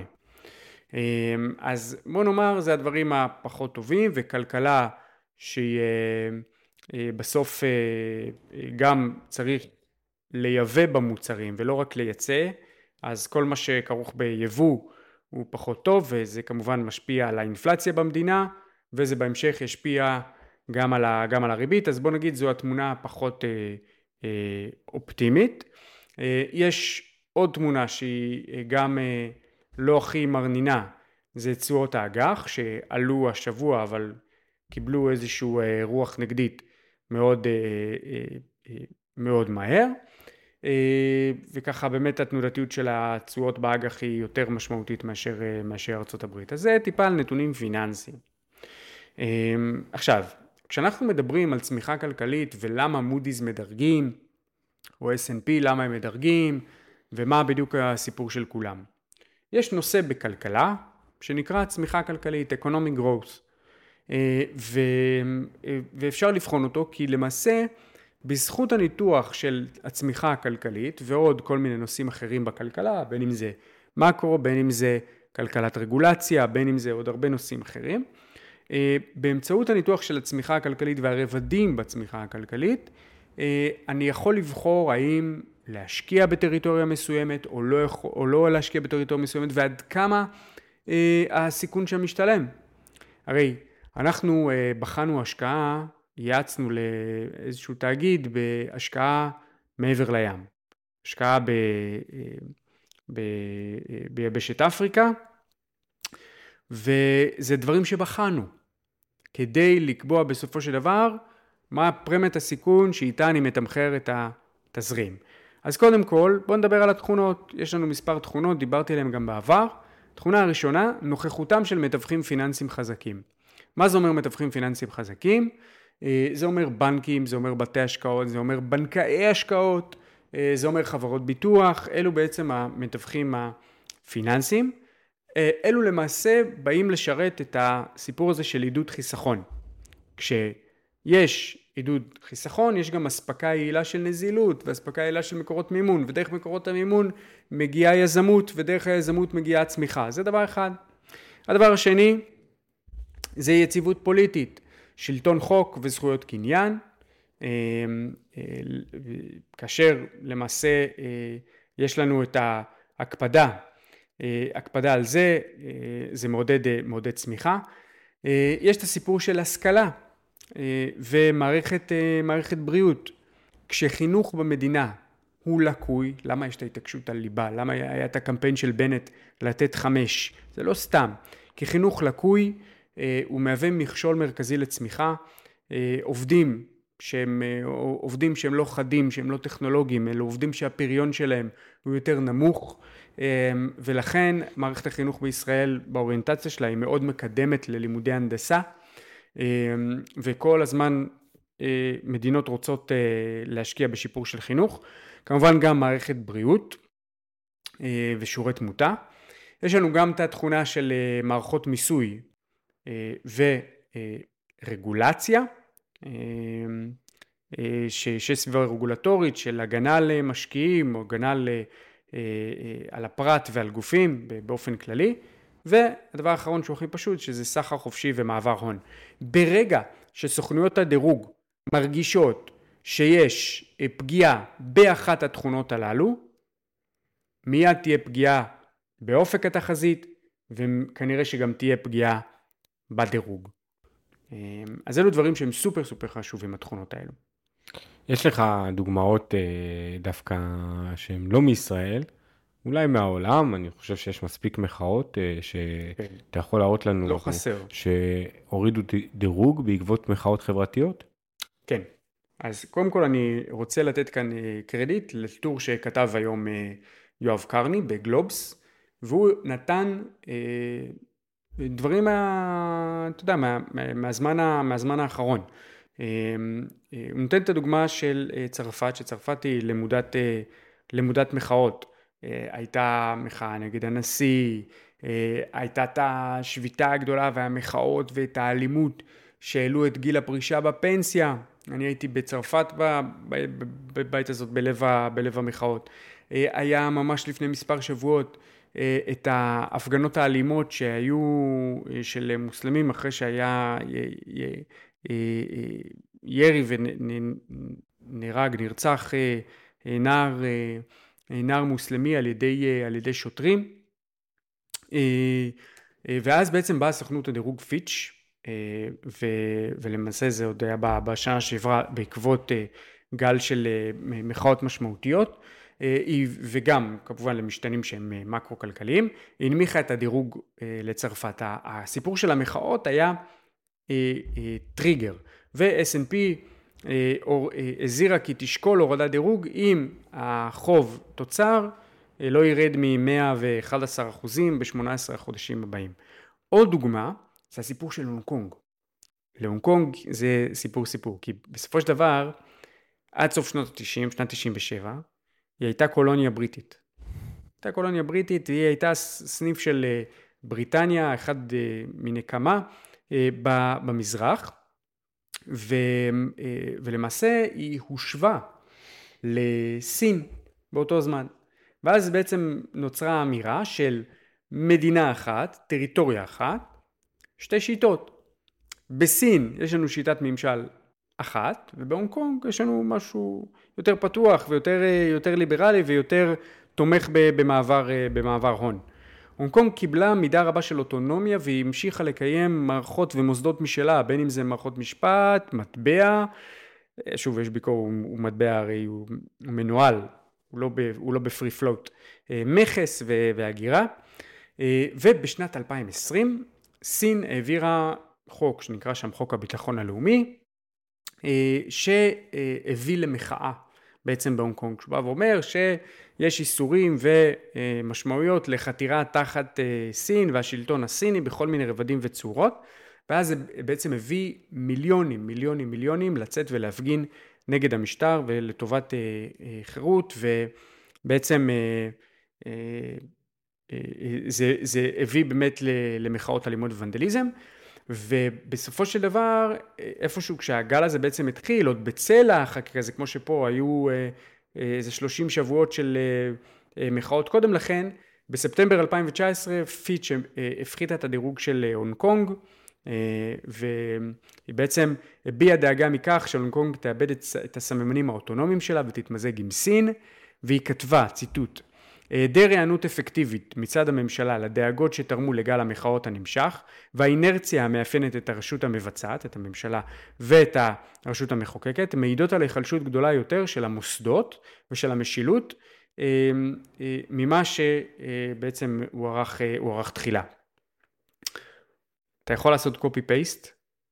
אז בוא נאמר, זה הדברים הפחות טובים, וכלכלה שהיא בסוף גם צריך לייבא במוצרים ולא רק לייצא, אז כל מה שכרוך ביבוא הוא פחות טוב, וזה כמובן משפיע על האינפלציה במדינה, וזה בהמשך ישפיע גם על, ה, גם על הריבית. אז בוא נגיד זו התמונה הפחות אה, אה, אופטימית. אה, יש עוד תמונה שהיא גם אה, לא הכי מרנינה, זה תשואות האג"ח שעלו השבוע, אבל קיבלו איזשהו אה, רוח נגדית מאוד, אה, אה, אה, מאוד מהר. וככה באמת התנודתיות של התשואות באג"ח היא יותר משמעותית מאשר, מאשר ארצות הברית. אז זה טיפה על נתונים פיננסיים. עכשיו, כשאנחנו מדברים על צמיחה כלכלית ולמה מודי'ס מדרגים, או אס אנד פי למה הם מדרגים, ומה בדיוק הסיפור של כולם. יש נושא בכלכלה שנקרא צמיחה כלכלית, economic growth, ו, ואפשר לבחון אותו כי למעשה בזכות הניתוח של הצמיחה הכלכלית ועוד כל מיני נושאים אחרים בכלכלה, בין אם זה מקרו, בין אם זה כלכלת רגולציה, בין אם זה עוד הרבה נושאים אחרים, באמצעות הניתוח של הצמיחה הכלכלית והרבדים בצמיחה הכלכלית, אני יכול לבחור האם להשקיע בטריטוריה מסוימת או לא, או לא להשקיע בטריטוריה מסוימת, ועד כמה הסיכון שם משתלם. הרי אנחנו בחנו השקעה, יעצנו לאיזשהו תאגיד בהשקעה מעבר לים, השקעה ב, ב, ביבשת אפריקה, וזה דברים שבחנו, כדי לקבוע בסופו של דבר מה פרמיית הסיכון שאיתה אני מתמחר את התזרים. אז קודם כל בוא נדבר על התכונות, יש לנו מספר תכונות, דיברתי עליהן גם בעבר. תכונה הראשונה, נוכחותם של מתווכים פיננסיים חזקים. מה זה אומר מתווכים פיננסיים חזקים? זה אומר בנקים, זה אומר בתי השקעות, זה אומר בנקאי השקעות, זה אומר חברות ביטוח, אלו בעצם המתווכים הפיננסיים. אלו למעשה באים לשרת את הסיפור הזה של עידוד חיסכון. כשיש עידוד חיסכון, יש גם הספקה יעילה של נזילות, והספקה יעילה של מקורות מימון, ודרך מקורות המימון מגיעה יזמות, ודרך היזמות מגיעה צמיחה. זה דבר אחד. הדבר השני, זה יציבות פוליטית, שלטון חוק וזכויות קניין, כאשר למעשה יש לנו את הקפדה, הקפדה על זה, זה מעודד, מעודד צמיחה. יש את הסיפור של השכלה ומערכת מערכת בריאות. כשחינוך במדינה הוא לקוי, למה יש את ההתעקשות על ליבה? למה היה את הקמפיין של בנט לתת חמש? זה לא סתם. כי חינוך לקוי הוא מהווה מכשול מרכזי לצמיחה. עובדים שהם עובדים שהם לא חדים, שהם לא טכנולוגיים, אלא עובדים שהפריון שלהם הוא יותר נמוך, ולכן מערכת החינוך בישראל באוריינטציה שלה היא מאוד מקדמת ללימודי הנדסה, וכל הזמן מדינות רוצות להשקיע בשיפור של חינוך, כמובן גם מערכת בריאות ושיעורי תמותה. יש לנו גם את התכונה של מערכות מיסוי ורגולציה, שיש סביבה רגולטורית של הגנה על משקיעים או הגנה על, על הפרט ועל גופים באופן כללי, והדבר האחרון שהוא הכי פשוט שזה סחר חופשי ומעבר הון. ברגע שסוכנויות הדירוג מרגישות שיש פגיעה באחת התכונות הללו, מיד תהיה פגיעה באופק התחזית וכנראה שגם תהיה פגיעה בדירוג. אז אלו דברים שהם סופר סופר חשובים התכונות האלו. יש לך דוגמאות דווקא שהן לא מישראל, אולי מהעולם, אני חושב שיש מספיק מחאות שאתה יכול להראות לנו, לא חסר, שהורידו דירוג בעקבות מחאות חברתיות? כן, אז קודם כל אני רוצה לתת כאן קרדיט לטור שכתב היום יואב קרני בגלובס, והוא נתן דברים מה, אתה יודע, מה, מהזמן, מהזמן האחרון. הוא נותן את הדוגמה של צרפת, שצרפת היא למודת, למודת מחאות. הייתה מחאה נגד הנשיא, הייתה את השביתה הגדולה והמחאות ואת האלימות שהעלו את גיל הפרישה בפנסיה. אני הייתי בצרפת בבית הזאת בלב, בלב המחאות. היה ממש לפני מספר שבועות את ההפגנות האלימות שהיו של מוסלמים אחרי שהיה ירי ונהרג, נרצח נער, נער מוסלמי על ידי, על ידי שוטרים. ואז בעצם באה סוכנות הדירוג פיץ', ולמעשה זה עוד היה בשנה שעברה בעקבות גל של מחאות משמעותיות, וגם כמובן למשתנים שהם מקרו-כלכליים, היא הנמיכה את הדירוג לצרפת. הסיפור של המחאות היה טריגר, ו-אס אנד פי הזהירה כי תשקול הורדת דירוג אם החוב תוצר לא ירד מ-מאה ואחד עשר אחוזים ב-שמונה עשרה החודשים הבאים. עוד דוגמה, זה הסיפור של הונג קונג. להונג קונג זה סיפור סיפור, כי בסופו של דבר, עד סוף שנות ה-תשעים, שנת תשעים ושבע, היא הייתה קולוניה בריטית. הייתה קולוניה בריטית, היא הייתה סניף של בריטניה, אחד מיני כמה, במזרח, ו, ולמעשה היא הושבה לסין באותו זמן. ואז בעצם נוצרה אמירה של מדינה אחת, טריטוריה אחת, שתי שיטות. בסין יש לנו שיטת ממשל אחת, ובהונג קונג יש לנו משהו יותר פתוח ויותר יותר ליברלי ויותר תומך במעבר, במעבר הון. הונג קונג קיבלה מידה רבה של אוטונומיה והיא המשיכה לקיים מערכות ומוסדות משלה, בין אם זה מערכות משפט, מטבע, שוב יש ביקור, הוא מטבע הרי הוא, הוא מנוהל, הוא לא, ב, הוא לא בפרי פלוט, מכס והגירה, ובשנת אלפיים ועשרים סין העבירה חוק שנקרא שם חוק הביטחון הלאומי, שהביא למחאה בעצם בהונג קונג, שהוא בא ואומר שיש איסורים ומשמעויות לחתירה תחת סין והשלטון הסיני בכל מיני רבדים וצורות, ואז זה בעצם הביא מיליונים, מיליונים, מיליונים לצאת ולהפגין נגד המשטר ולטובת חירות, ובעצם זה, זה הביא באמת למחאות אלימות וונדליזם, ובסופו של דבר, איפשהו כשהגל הזה בעצם התחיל, עוד בצל החקיקה, זה כמו שפה היו איזה שלושים שבועות של מחאות קודם לכן, בספטמבר אלפיים תשע עשרה פיץ' הפחיתה את הדירוג של הונג קונג, והיא בעצם הביעה דאגה מכך שהונג קונג תאבד את הסממנים האוטונומיים שלה ותתמזג עם סין, והיא כתבה, ציטוט, היעדר היענות אפקטיבית מצד הממשלה לדאגות שתרמו לגל המחאות הנמשך, והאינרציה המאפיינת את הרשות המבצעת, את הממשלה ואת הרשות המחוקקת, מעידות על היחלשות גדולה יותר של המוסדות ושל המשילות, ממה שבעצם הוא ערך, הוא ערך תחילה. אתה יכול לעשות קופי פייסט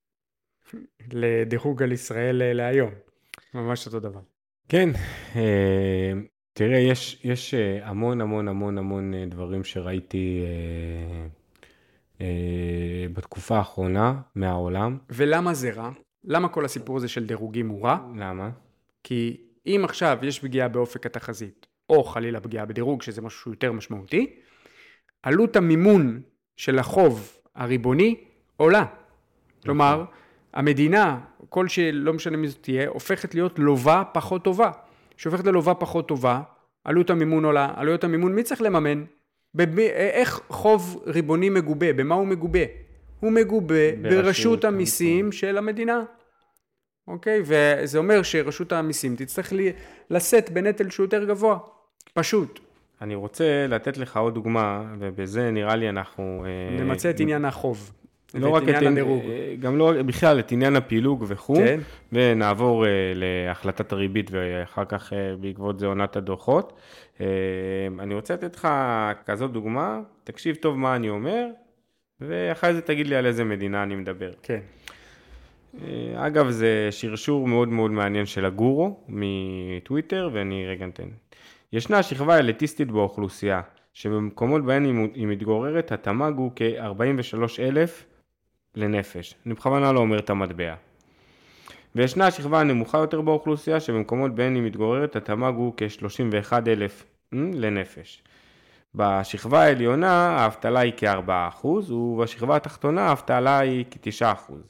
לדירוג על ישראל להיום. ממש אותו דבר. כן, תראה, יש, יש המון המון המון המון דברים שראיתי בתקופה האחרונה מהעולם. ולמה זה רע? למה כל הסיפור הזה של דירוגים הוא רע? למה? כי אם עכשיו יש פגיעה באופק התחזית, או חלילה פגיעה בדירוג, שזה משהו יותר משמעותי, עלות המימון של החוב הריבוני עולה. כלומר, המדינה, כל שלא משנה מי זאת תהיה, הופכת להיות לובה פחות טובה. שהופכת ללובה פחות טובה, עלות המימון עולה, עלויות המימון, מי צריך לממן? במי, איך חוב ריבוני מגובה? במה הוא מגובה? הוא מגובה ברשות, ברשות המיסים של המדינה. אוקיי? וזה אומר שרשות המיסים תצטרך לשאת בנטל שהוא יותר גבוה. פשוט. אני רוצה לתת לך עוד דוגמה, ובזה נראה לי אנחנו... נמצא את עניין החוב. לא רק את הדירוג. גם לא בכלל את עניין הפילוג וכו', כן. ונעבור להחלטת הריבית ואחר כך בעקבות זה עונת הדוחות. אני רוצה לתת לך כזאת דוגמה, תקשיב טוב מה אני אומר, ואחרי זה תגיד לי על איזה מדינה אני מדבר. כן. אגב, זה שרשור מאוד מאוד מעניין של הגורו מטוויטר, ואני רגע נתן. ישנה שכבה אליטיסטית באוכלוסייה, שבמקומות בהן היא מתגוררת, התמ"ג הוא כ-ארבעים ושלושה אלף לנפש. אני בכוונה לא אומר את המטבע. וישנה השכבה הנמוכה יותר באוכלוסייה, שבמקומות בהן היא מתגוררת, התמ"ג הוא כ-שלושים ואחד אלף בשכבה בשכבה העליונה, האבטלה היא כ-ארבעה אחוז, ובשכבה התחתונה, האבטלה היא כ-תשעה אחוז.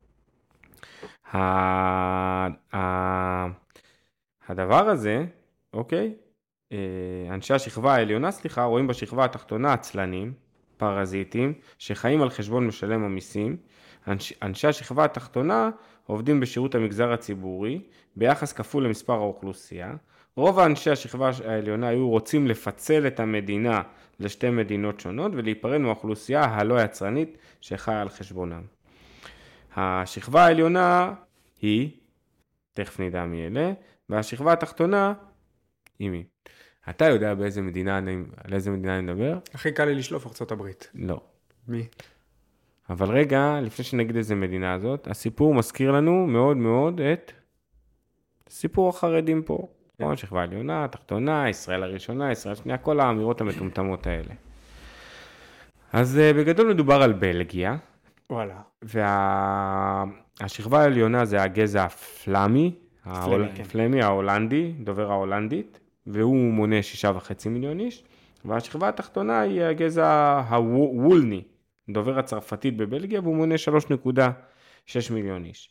הדבר הזה, אוקיי? אנשי השכבה העליונה, סליחה, רואים בשכבה התחתונה עצלנים, פרזיטים, שחיים על חשבון משלם המיסים. אנש, אנשי השכבה התחתונה עובדים בשירות המגזר הציבורי, ביחס כפול למספר האוכלוסייה. רוב האנשי השכבה העליונה היו רוצים לפצל את המדינה לשתי מדינות שונות, ולהיפרד מהאוכלוסייה הלא יצרנית שחיה על חשבונם. השכבה העליונה היא, תכף נדע מי אלה, והשכבה התחתונה היא מי. אתה יודע באיזה מדינה אני, על איזה מדינה אני מדבר? הכי קל לי לשלוף ארצות הברית. לא. מי? אבל רגע, לפני שנגיד איזה מדינה הזאת, הסיפור מזכיר לנו מאוד מאוד את סיפור החרדים פה. כן. שכבה עליונה, תחתונה, ישראל הראשונה, ישראל השנייה, כל האמירות המטומטמות האלה. אז בגדול מדובר על בלגיה. וואלה. והשכבה העליונה זה הגזע הפלמי, פלמי, כן. פלמי, ההולנדי, דובר ההולנדית. והוא מונה שישה וחצי מיליון איש, והשכבה התחתונה היא הגזע הוולני, דובר הצרפתית בבלגיה, והוא מונה שלוש נקודה שש מיליון איש.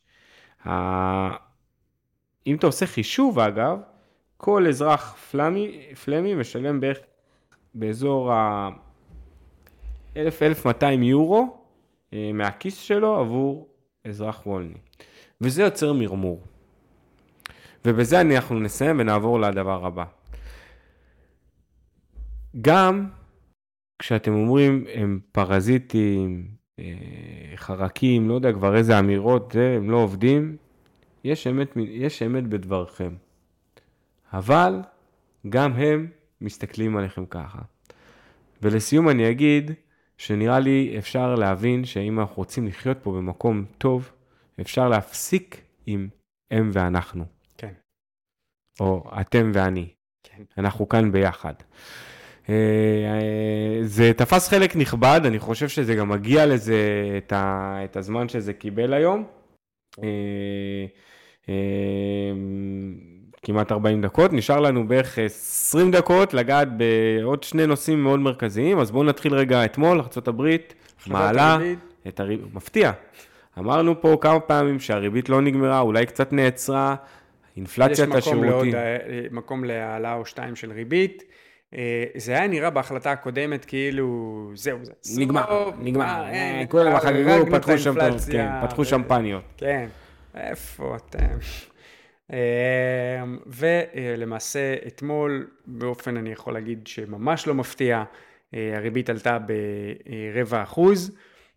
אם אתה עושה חישוב אגב, כל אזרח פלמי, פלמי משלם בערך באזור ה-אלף אלף מאתיים יורו מהכיס שלו עבור אזרח וולני. וזה יוצר מרמור. ובזה אנחנו נסיים ונעבור לדבר הבא. גם כשאתם אומרים הם פרזיטים, חרקים, לא יודע כבר איזה אמירות, זה, הם לא עובדים, יש אמת, יש אמת בדברכם. אבל גם הם מסתכלים עליכם ככה. ולסיום אני אגיד שנראה לי אפשר להבין שאם אנחנו רוצים לחיות פה במקום טוב, אפשר להפסיק עם הם ואנחנו. כן. או אתם ואני. כן. אנחנו כאן ביחד. זה תפס חלק נכבד, אני חושב שזה גם מגיע לזה את, ה, את הזמן שזה קיבל היום. כמעט ארבעים דקות, נשאר לנו בערך עשרים דקות לגעת בעוד שני נושאים מאוד מרכזיים, אז בואו נתחיל רגע אתמול, ארצות הברית, מעלה, את הריבית, מפתיע. אמרנו פה כמה פעמים שהריבית לא נגמרה, אולי קצת נעצרה, אינפלציית השירותים. יש מקום להעלה או שתיים של ריבית, זה היה נראה בהחלטה הקודמת כאילו זהו זה. נגמר, נגמר, כולם חגגו, פתחו שמפניות. כן, איפה אתם? ולמעשה אתמול, באופן אני יכול להגיד שממש לא מפתיע, הריבית עלתה ברבע אחוז.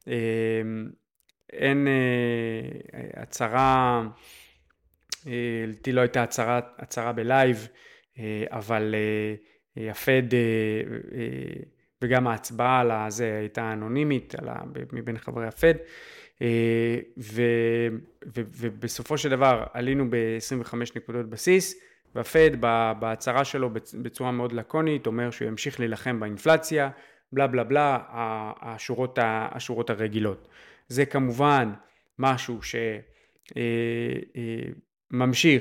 אין הצהרה, לי לא הייתה הצהרה, הצהרה בלייב, אבל הפד וגם ההצבעה על זה הייתה אנונימית מבין חברי הפד, ו, ו, ובסופו של דבר עלינו ב-עשרים וחמש נקודות בסיס, והפד בהצהרה שלו בצורה מאוד לקונית אומר שהוא ימשיך להילחם באינפלציה, בלה בלה בלה, השורות, השורות הרגילות. זה כמובן משהו שממשיך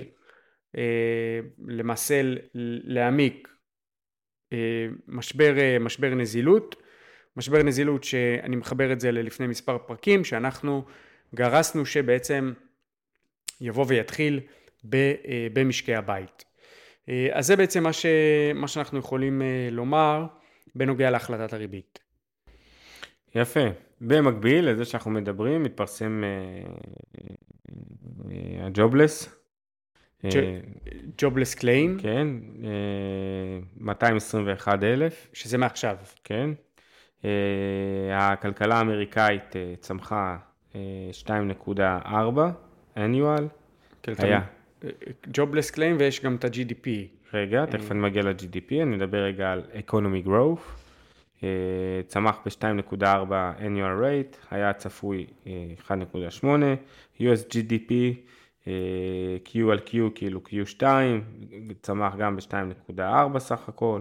למעשה להעמיק משבר, משבר נזילות, משבר נזילות שאני מחבר את זה ללפני מספר פרקים, שאנחנו גרסנו שבעצם יבוא ויתחיל במשקי הבית. אז זה בעצם מה, ש, מה שאנחנו יכולים לומר בנוגע להחלטת הריבית. יפה. במקביל לזה שאנחנו מדברים, מתפרסם הג'ובלס. ג'ובלס קליין. כן, מאתיים עשרים ואחד אלף. שזה מעכשיו. כן. הכלכלה האמריקאית צמחה שתיים נקודה ארבע annual. היה. ג'ובלס קליין ויש גם את ה-ג'י די פי. רגע, תכף אני מגיע ל-ג'י די פי, אני מדבר רגע על economy growth. צמח ב-שתיים נקודה ארבע annual rate, היה צפוי אחת נקודה שמונה, יו אס ג'י די פי, Q על Q כאילו Q שתיים, צמח גם ב-שתיים נקודה ארבע סך הכל.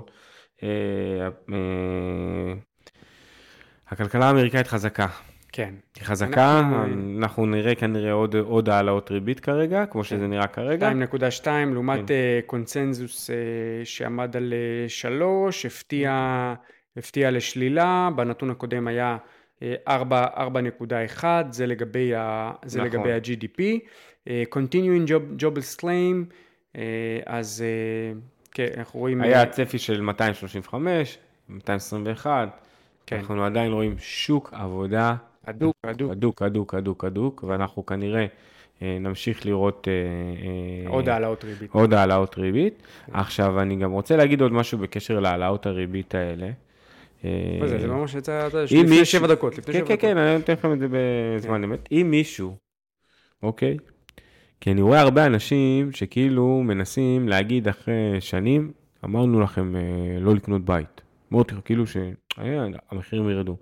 הכלכלה האמריקאית חזקה. כן. היא חזקה, אנחנו, אנחנו נראה כנראה עוד, עוד העלאות ריבית כרגע, כמו כן. שזה נראה כרגע. שתיים נקודה שתיים לעומת כן. קונצנזוס שעמד על שלוש, הפתיע, הפתיע לשלילה, בנתון הקודם היה ארבע נקודה אחת, זה לגבי ה, זה נכון. לגבי ה-ג'י די פי. Continuing job, jobless claim, אז כן, אנחנו רואים... היה הצפי של מאתיים שלושים וחמש, מאתיים עשרים ואחת, כן. אנחנו עדיין רואים שוק עבודה אדוק, אדוק, אדוק, אדוק, אדוק, אדוק, ואנחנו כנראה נמשיך לראות עוד העלאות ריבית. עוד העלאות ריבית. עכשיו, אני גם רוצה להגיד עוד משהו בקשר להעלאות הריבית האלה. זה, זה ממש יצא לפני שבע דקות. כן, כן, כן, אני נותן לכם את זה בזמן אמת. אם מישהו, אוקיי, כי אני רואה הרבה אנשים שכאילו מנסים להגיד אחרי שנים, אמרנו לכם לא לקנות בית. אמרתי כאילו שהמחירים ירדו.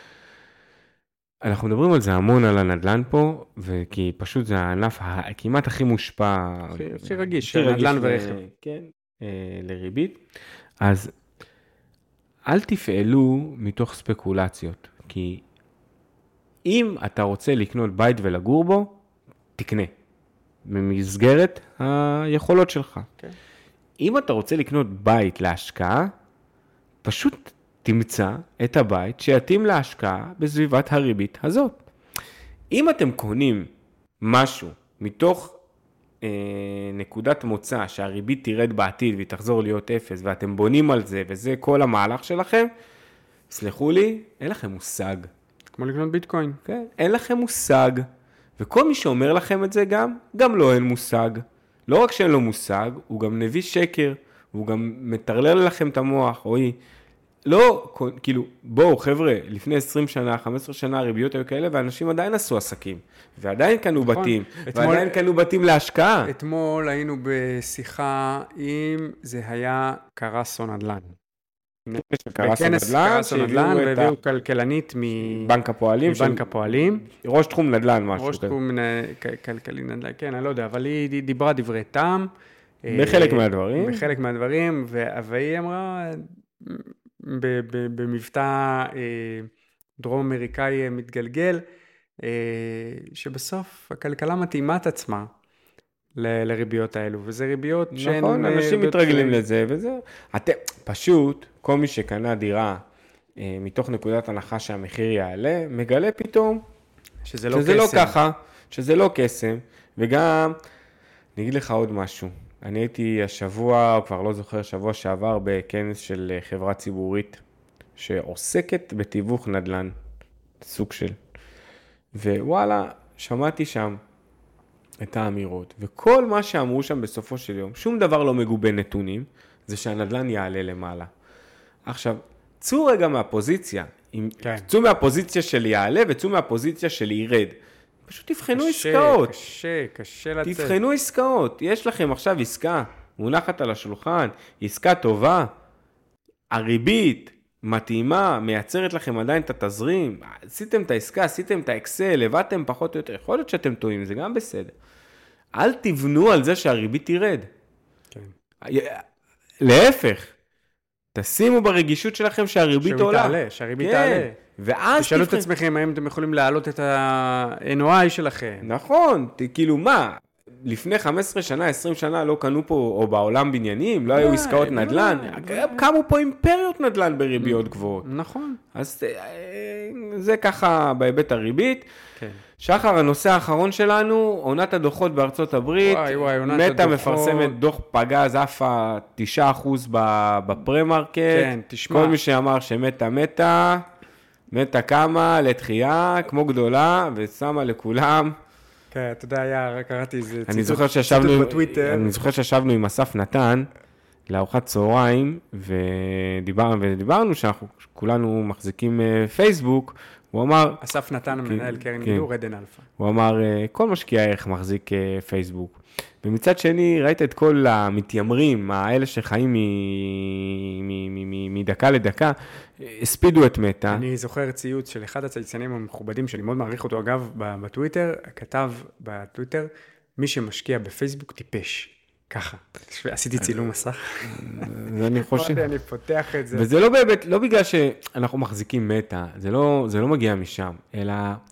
אנחנו מדברים על זה המון על הנדלן פה, וכי פשוט זה הענף כמעט הכי מושפע. הכי רגיש, נדלן ורכב. כן, לריבית. אז אל תפעלו מתוך ספקולציות, כי אם אתה רוצה לקנות בית ולגור בו, תקנה. במסגרת היכולות שלך. Okay. אם אתה רוצה לקנות בית להשקעה, פשוט תמצא את הבית שיתאים להשקעה בסביבת הריבית הזאת. אם אתם קונים משהו מתוך אה, נקודת מוצא שהריבית תירד בעתיד והיא תחזור להיות אפס, ואתם בונים על זה וזה כל המהלך שלכם, סלחו לי, אין לכם מושג. כמו לקנות ביטקוין. כן, אין לכם מושג. וכל מי שאומר לכם את זה גם, גם לא אין מושג. לא רק שאין לו מושג, הוא גם נביא שקר, והוא גם מטרלל לכם את המוח, אוי, לא, כאילו, בואו חבר'ה, לפני עשרים שנה, חמש עשרה שנה, הריביות היו כאלה, ואנשים עדיין עשו עסקים, ועדיין קנו בתים, אתמול, ועדיין קנו בתים להשקעה. אתמול היינו בשיחה עם, זה היה קרסו נדל"ן. בכנס קרסו נדל"ן, והביאו כלכלנית מבנק הפועלים. מבנק הפועלים. ראש תחום נדל"ן משהו. ראש תחום כלכלי נדל"ן, כן, אני לא יודע, אבל היא דיברה דברי טעם. בחלק מהדברים. בחלק מהדברים, והיא אמרה, במבטא דרום אמריקאי מתגלגל, שבסוף הכלכלה מתאימה את עצמה ל- לריביות האלו, וזה ריביות שהן... נכון, אנשים מתרגלים לזה, וזה... אתם, פשוט, כל מי שקנה דירה מתוך נקודת הנחה שהמחיר יעלה, מגלה פתאום שזה לא שזה קסם. לא ככה, שזה לא קסם, וגם, אני אגיד לך עוד משהו, אני הייתי השבוע, או כבר לא זוכר, שבוע שעבר, בכנס של חברה ציבורית, שעוסקת בתיווך נדל"ן, סוג של. ווואלה, שמעתי שם את האמירות, וכל מה שאמרו שם בסופו של יום, שום דבר לא מגובה נתונים, זה שהנדלן יעלה למעלה. עכשיו, צאו רגע מהפוזיציה, כן. צאו מהפוזיציה של יעלה וצאו מהפוזיציה של ירד. פשוט תבחנו קשה, עסקאות. קשה, קשה לצאת. תבחנו עסקאות. יש לכם עכשיו עסקה, מונחת על השולחן, עסקה טובה, הריבית מתאימה, מייצרת לכם עדיין את התזרים, עשיתם את העסקה, עשיתם את האקסל, הבאתם פחות או יותר, יכול להיות שאתם טועים, זה גם בסדר. אל תבנו על זה שהריבית תירד. כן. להפך. תשימו ברגישות שלכם שהריבית עולה. תעלה, שהריבית כן. תעלה. ואז תשאלו תבחן... את עצמכם האם אתם יכולים להעלות את ה-אן או איי שלכם. נכון, כאילו מה, לפני חמש עשרה שנה, עשרים שנה לא קנו פה, או בעולם בניינים, לא היו עסקאות נדל"ן, קמו פה אימפריות נדל"ן בריביות גבוהות. נכון. אז זה ככה בהיבט הריבית. כן. שחר, הנושא האחרון שלנו, עונת הדוחות בארצות הברית, וואי, וואי, עונת הדוחות. מטה מפרסמת דוח פגז, אפה תשעה אחוז בפרמרקט. כן, תשמע. כל מי שאמר שמטה מטה, מטה כמה, לתחייה, כמו גדולה, ושמה לכולם. כן, אתה יודע, היה, קראתי איזה ציטוט, אני זוכר שישבנו, בטוויטר. אני זוכר שישבנו עם אסף נתן, לארוחת צהריים, ודיברנו, ודיברנו שאנחנו כולנו מחזיקים פייסבוק, הוא אמר... אסף נתן, מנהל קרן גידור, עדן אלפא. הוא אמר, כל משקיע ערך מחזיק פייסבוק. ומצד שני, ראית את כל המתיימרים, האלה שחיים מדקה לדקה, הספידו את מטה. אני זוכר ציוץ של אחד הצייצנים המכובדים, שאני מאוד מעריך אותו אגב, בטוויטר, כתב בטוויטר, מי שמשקיע בפייסבוק טיפש. ככה. עשיתי צילום מסך. אני חושב. אני פותח את זה. וזה לא באמת, לא בגלל שאנחנו מחזיקים מטה, זה לא, זה לא מגיע משם, אלא,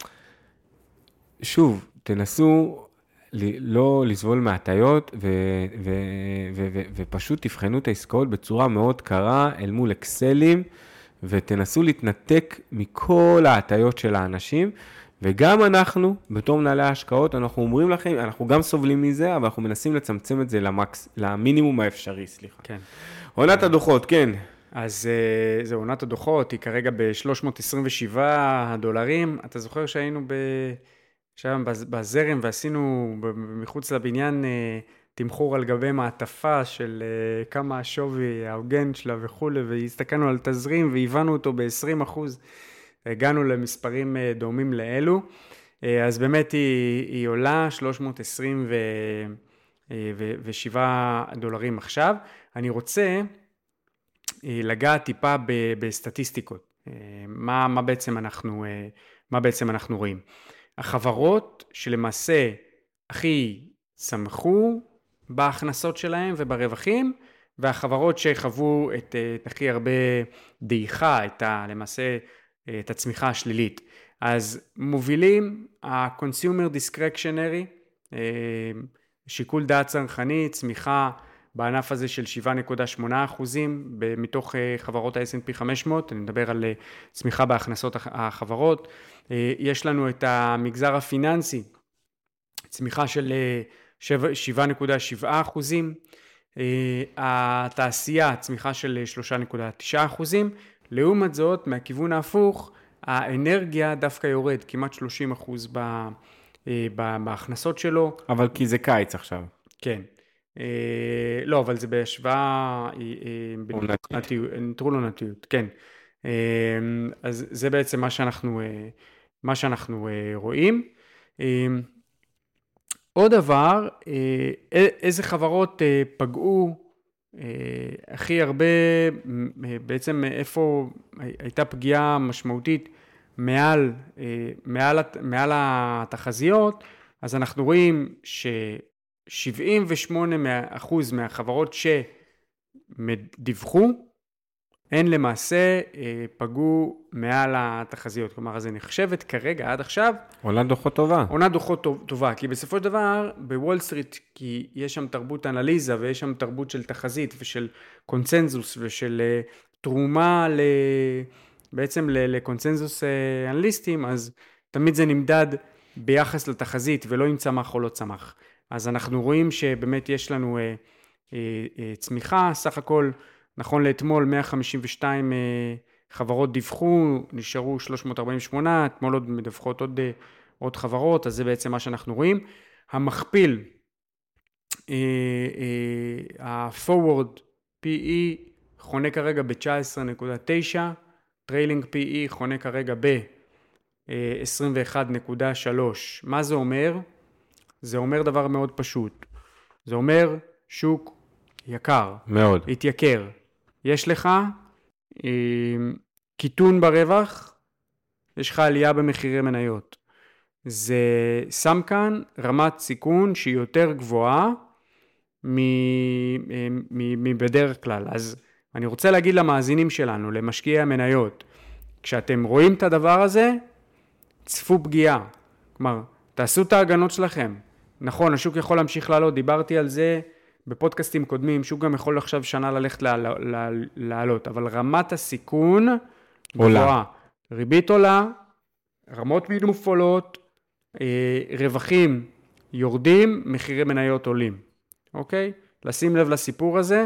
שוב, תנסו לא לסבול מהטיות, ו, ו, ו, ו, ופשוט תבחנו את העסקאות בצורה מאוד קרה, אל מול אקסלים, ותנסו להתנתק מכל ההטיות של האנשים, וגם אנחנו, בתור מנהלי ההשקעות, אנחנו אומרים לכם, אנחנו גם סובלים מזה, אבל אנחנו מנסים לצמצם את זה למקס, למינימום האפשרי, סליחה. כן. עונת הדוחות, כן. אז זה עונת הדוחות, היא כרגע ב-שלוש מאות עשרים ושבעה דולרים. אתה זוכר שהיינו ב... שם בזרם ועשינו מחוץ לבניין תמחור על גבי מעטפה של כמה השווי ההוגן שלה וכו', והסתכלנו על תזרים והבנו אותו ב-עשרים אחוז. הגענו למספרים דומים לאלו, אז באמת היא, היא עולה שלוש מאות עשרים ושבעה דולרים עכשיו. אני רוצה לגעת טיפה בסטטיסטיקות, מה, מה, בעצם אנחנו, מה בעצם אנחנו רואים. החברות שלמעשה הכי צמחו בהכנסות שלהם וברווחים, והחברות שחוו את, את הכי הרבה דעיכה, את ה, למעשה את הצמיחה השלילית. אז מובילים ה-consumer discretionary, שיקול דעת צרכני, צמיחה בענף הזה של שבע נקודה שמונה אחוזים מתוך חברות ה-אס אנד פי חמש מאות, אני מדבר על צמיחה בהכנסות החברות. יש לנו את המגזר הפיננסי, צמיחה של שבע נקודה שבע אחוזים, התעשייה, צמיחה של שלוש נקודה תשע אחוזים, לעומת זאת, מהכיוון ההפוך, האנרגיה דווקא יורד, כמעט שלושים אחוז בהכנסות שלו. אבל כי זה קיץ עכשיו. כן. לא, אבל זה בהשוואה, נטרול עונתיות, כן. אז זה בעצם מה שאנחנו, מה שאנחנו רואים. עוד דבר, איזה חברות פגעו הכי הרבה, בעצם איפה הייתה פגיעה משמעותית מעל, מעל, מעל התחזיות, אז אנחנו רואים ש-שבעים ושמונה אחוז מהחברות שדיווחו, הן למעשה פגעו מעל התחזיות. כלומר, זה נחשבת כרגע עד עכשיו. עונת דוחות טובה. עונת דוחות טובה, כי בסופו של דבר, בוול סטריט, כי יש שם תרבות אנליזה, ויש שם תרבות של תחזית, ושל קונצנזוס, ושל תרומה ל... בעצם לקונצנזוס אנליסטים, אז תמיד זה נמדד ביחס לתחזית, ולא אם צמח או לא צמח. אז אנחנו רואים שבאמת יש לנו אה, אה, אה, צמיחה, סך הכל, נכון לאתמול מאה חמישים ושתיים אה, חברות דיווחו, נשארו שלוש מאות ארבעים ושמונה, אתמול עוד מדווחות עוד, אה, עוד חברות, אז זה בעצם מה שאנחנו רואים. המכפיל, ה-forward פי אי חונה כרגע ב-תשע עשרה נקודה תשע, טריילינג פי אי חונה כרגע ב-עשרים ואחת נקודה שלוש. מה זה אומר? זה אומר דבר מאוד פשוט. זה אומר שוק יקר. מאוד. התייקר. יש לך קיטון ברווח, יש לך עלייה במחירי מניות. זה שם כאן רמת סיכון שהיא יותר גבוהה מבדרך כלל. אז אני רוצה להגיד למאזינים שלנו, למשקיעי המניות, כשאתם רואים את הדבר הזה, צפו פגיעה. כלומר, תעשו את ההגנות שלכם. נכון, השוק יכול להמשיך לעלות, דיברתי על זה בפודקאסטים קודמים, שוק גם יכול עכשיו שנה ללכת לעלות, אבל רמת הסיכון גבוהה. ריבית עולה, רמות מינוף עולות, רווחים יורדים, מחירי מניות עולים. אוקיי? לשים לב לסיפור הזה,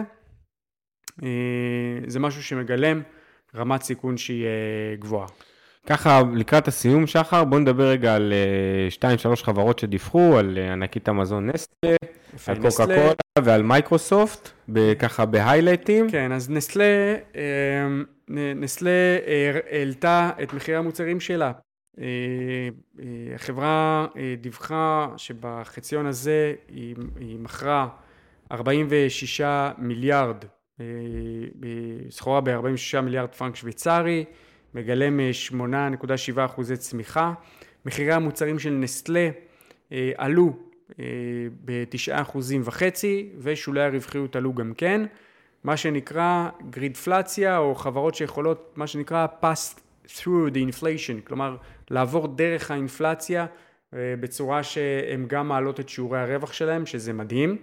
זה משהו שמגלם רמת סיכון שהיא גבוהה. ככה, לקראת הסיום, שחר, בוא נדבר רגע על שתיים שלוש חברות שדיווחו, על ענקית המזון נסטלה, על קוקה קולה ועל מייקרוסופט, ככה בהיילייטים. כן, אז נסטלה, נסטלה העלתה את מחירי המוצרים שלה. החברה דיווחה שבחציון הזה היא, היא מכרה ארבעים ושישה מיליארד, סחורה ב-ארבעים ושישה מיליארד פרנק שוויצרי, מגלם שמונה נקודה שבע אחוזי צמיחה. מחירי המוצרים של נסטלה עלו ב-תשעה אחוזים וחצי, ושולי הרווחיות עלו גם כן. מה שנקרא גרידפלציה, או חברות שיכולות, מה שנקרא pass through the inflation, כלומר לעבור דרך האינפלציה בצורה שהן גם מעלות את שיעורי הרווח שלהם, שזה מדהים.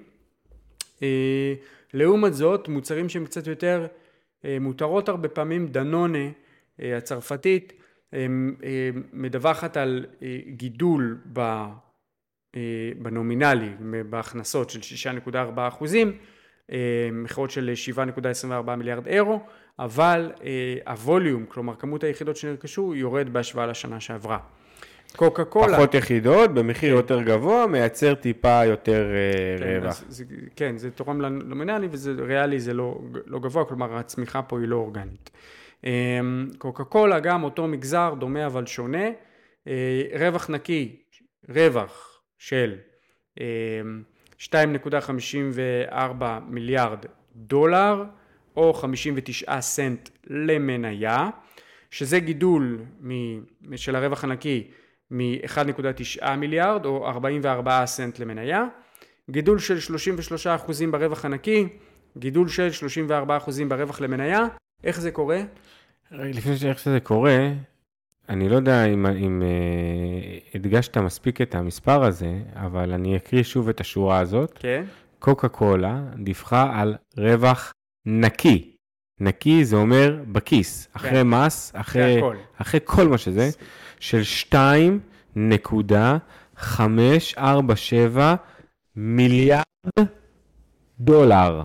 לעומת זאת, מוצרים שהם קצת יותר מותרות הרבה פעמים, דנונה הצרפתית, מדווחת על גידול בנומינלי, בהכנסות של שישה נקודה ארבע אחוזים, מכירות של שבע נקודה עשרים וארבע מיליארד אירו, אבל הווליום, כלומר כמות היחידות שנרכשו, יורד בהשוואה לשנה שעברה. קוקה קולה. פחות יחידות, במחיר כן. יותר גבוה, מייצר טיפה יותר כן, רווח. זה, כן, זה תורם לנומינלי, וזה ריאלי, זה לא, לא גבוה, כלומר הצמיחה פה היא לא אורגנית. קוקה קולה, גם אותו מגזר, דומה אבל שונה, רווח נקי, רווח של שתיים נקודה חמישים וארבע מיליארד דולר, או חמישים ותשעה סנט למניה, שזה גידול של הרווח הנקי מ-אחד נקודה תשע מיליארד, או ארבעים וארבעה סנט למניה, גידול של שלושים ושלושה אחוזים ברווח הנקי, גידול של שלושים וארבעה אחוזים ברווח למניה. איך זה קורה? לפני שאיך שזה קורה, אני לא יודע אם, אם uh, הדגשת מספיק את המספר הזה, אבל אני אקריא שוב את השורה הזאת. כן. קוקה קולה דיווחה על רווח נקי. נקי זה אומר בכיס, אחרי כן. מס, אחרי, אחרי, אחרי כל מה שזה, של שתיים נקודה חמש ארבע שבע מיליארד דולר.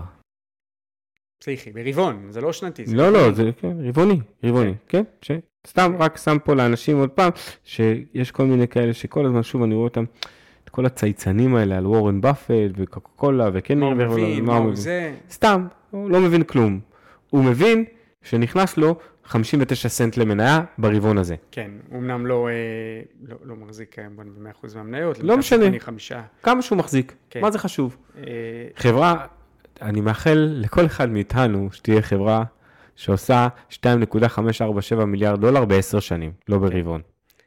פסיכי, ברבעון, זה לא שנתי. זה לא, לא, זה כן, רבעוני, רבעוני, כן, ש... סתם רק שם פה לאנשים עוד פעם, שיש כל מיני כאלה שכל הזמן שוב אני רואה אותם, את כל הצייצנים האלה על וורן באפט וקוקה קולה וקנר. מה הוא מבין, מה הוא זה? סתם, הוא לא מבין כלום. הוא מבין שנכנס לו חמישים ותשעה סנט למניה ברבעון הזה. כן, אמנם לא, לא, לא מחזיק ב-מאה אחוז מהמניות. לא משנה, כמה שהוא מחזיק, כן. מה זה חשוב? חברה, אני מאחל לכל אחד מאיתנו שתהיה חברה שעושה שתיים נקודה חמש ארבע שבע מיליארד דולר בעשר שנים, לא ברבעון.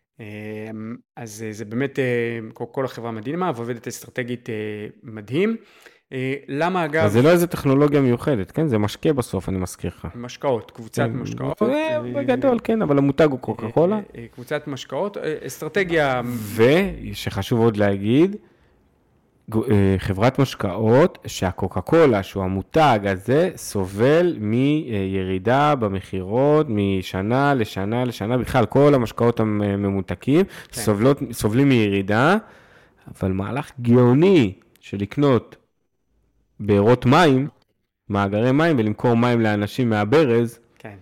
אז זה באמת כל החברה מדהימה, ועובדת אסטרטגית מדהים. למה אגב... אז זה לא איזה טכנולוגיה מיוחדת, כן? זה משקה בסוף, אני מזכיר לך. משקאות, קבוצת משקאות. בגדול, כן, אבל המותג הוא קוקה קולה. קבוצת משקאות, אסטרטגיה... ושחשוב עוד להגיד, חברת משקאות שהקוקה קולה, שהוא המותג הזה, סובל מירידה במחירות משנה לשנה לשנה, בכלל כל המשקאות הממותקים סובלות, סובלים מירידה, אבל מהלך גאוני של לקנות בארות מים, מאגרי מים, ולמכור מים לאנשים מהברז. כן.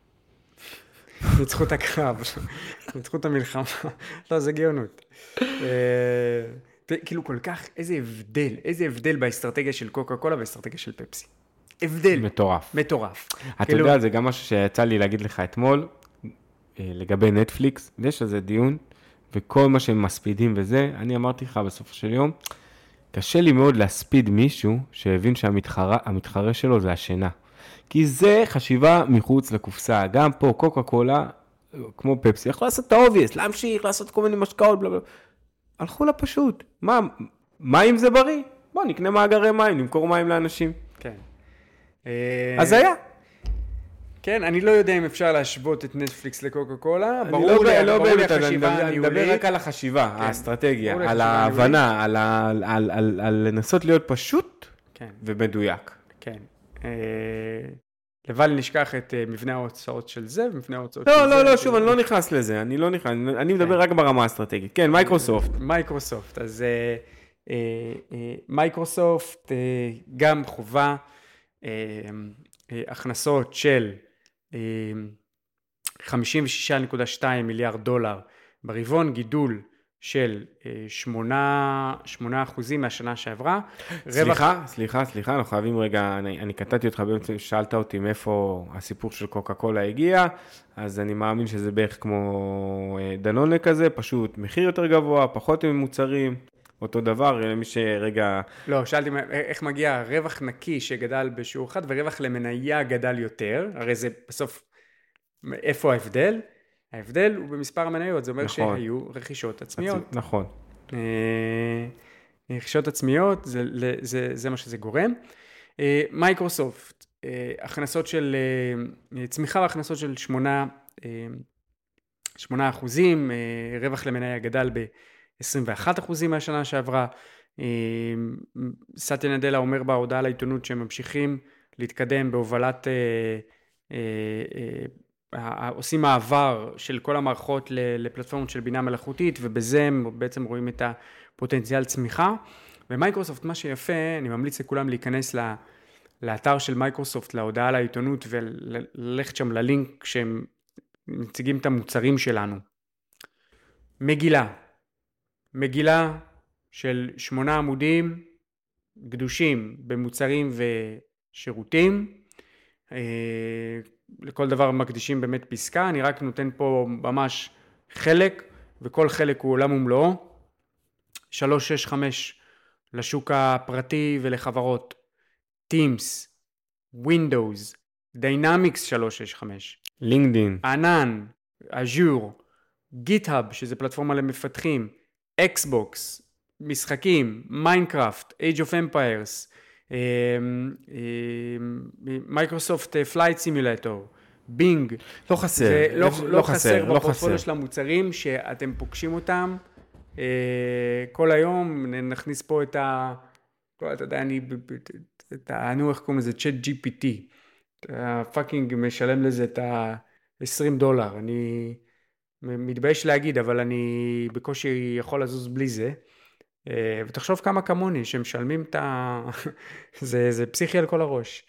ניצחו את הקרב, ניצחו את המלחמה. לא, זה גאונות. כאילו כל כך, איזה הבדל, איזה הבדל באסטרטגיה של קוקה קולה ובאסטרטגיה של פפסי. הבדל. מטורף. מטורף. אתה כאילו... יודע, זה גם משהו שיצא לי להגיד לך אתמול, לגבי נטפליקס, יש על זה דיון, וכל מה שהם מספידים וזה, אני אמרתי לך בסופו של יום, קשה לי מאוד להספיד מישהו שהבין שהמתחרה שלו זה השינה. כי זה חשיבה מחוץ לקופסה. גם פה קוקה קולה, כמו פפסי, יכול לעשות את האובייס, להמשיך, לעשות כל מיני משקאות, בלה בלה. הלכו לה פשוט. מה, מים זה בריא? בוא נקנה מאגרי מים, נמכור מים לאנשים. כן. אז היה. כן, אני לא יודע אם אפשר להשוות את נטפליקס לקוקה קולה. ברור לי, לא באמת, אני מדבר רק על החשיבה, האסטרטגיה, על ההבנה, על לנסות להיות פשוט ומדויק. כן. לבל נשכח את מבנה ההוצאות של זה, ומבנה ההוצאות של זה. לא, לא, לא, שוב, אני לא נכנס לזה, אני לא נכנס, אני מדבר רק ברמה האסטרטגית. כן, מייקרוסופט. מייקרוסופט, אז מייקרוסופט גם חובה הכנסות של חמישים ושש נקודה שתיים מיליארד דולר ברבעון, גידול של שמונה אחוזים מהשנה שעברה. סליחה, סליחה, סליחה, אנחנו חייבים רגע, אני, אני קטעתי אותך באמצע, שאלת אותי מאיפה הסיפור של קוקה קולה הגיע, אז אני מאמין שזה בערך כמו דנונה כזה, פשוט מחיר יותר גבוה, פחות מוצרים, אותו דבר, למי שרגע... לא, שאלתי איך מגיע רווח נקי שגדל בשיעור אחד, ורווח למניה גדל יותר, הרי זה בסוף, איפה ההבדל? ההבדל הוא במספר המניות, זה אומר נכון. שהיו רכישות עצמיות. נכון. רכישות עצמיות, זה, זה, זה מה שזה גורם. מייקרוסופט, הכנסות של, צמיחה והכנסות של שמונה, שמונה אחוזים, רווח למניה גדל ב-עשרים ואחד אחוזים מהשנה שעברה. סטיה נדלה אומר בהודעה לעיתונות שהם ממשיכים להתקדם בהובלת... עושים מעבר של כל המערכות לפלטפורמות של בינה מלאכותית, ובזה הם בעצם רואים את הפוטנציאל צמיחה. ומייקרוסופט, מה שיפה, אני ממליץ לכולם להיכנס לאתר של מייקרוסופט, להודעה לעיתונות, וללכת שם ללינק שהם מציגים את המוצרים שלנו. מגילה. מגילה של שמונה עמודים, גדושים במוצרים ושירותים, לכל דבר מקדישים באמת פסקה, אני רק נותן פה ממש חלק, וכל חלק הוא עולם ומלואו. שלוש שש חמש לשוק הפרטי ולחברות, Teams, Windows, Dynamics שלוש שש חמש, לינקדין, ענן, Azure, GitHub, שזה פלטפורמה למפתחים, Xbox, משחקים, Minecraft, Age of Empires, מייקרוסופט פלייט סימולטור, בינג, לא חסר, לא, לא חסר בפורטפוליו של המוצרים שאתם פוגשים אותם כל היום. נכניס פה את ה, אתה יודע, אני, את ה, נו, איך קוראים לזה, צ'אט ג'י פי טי, פאקינג משלם לזה את ה-עשרים דולר, אני מתבייש להגיד, אבל אני בקושי יכול לזוז בלי זה. ותחשוב כמה כמוני שמשלמים את ה... זה, זה פסיכי על כל הראש.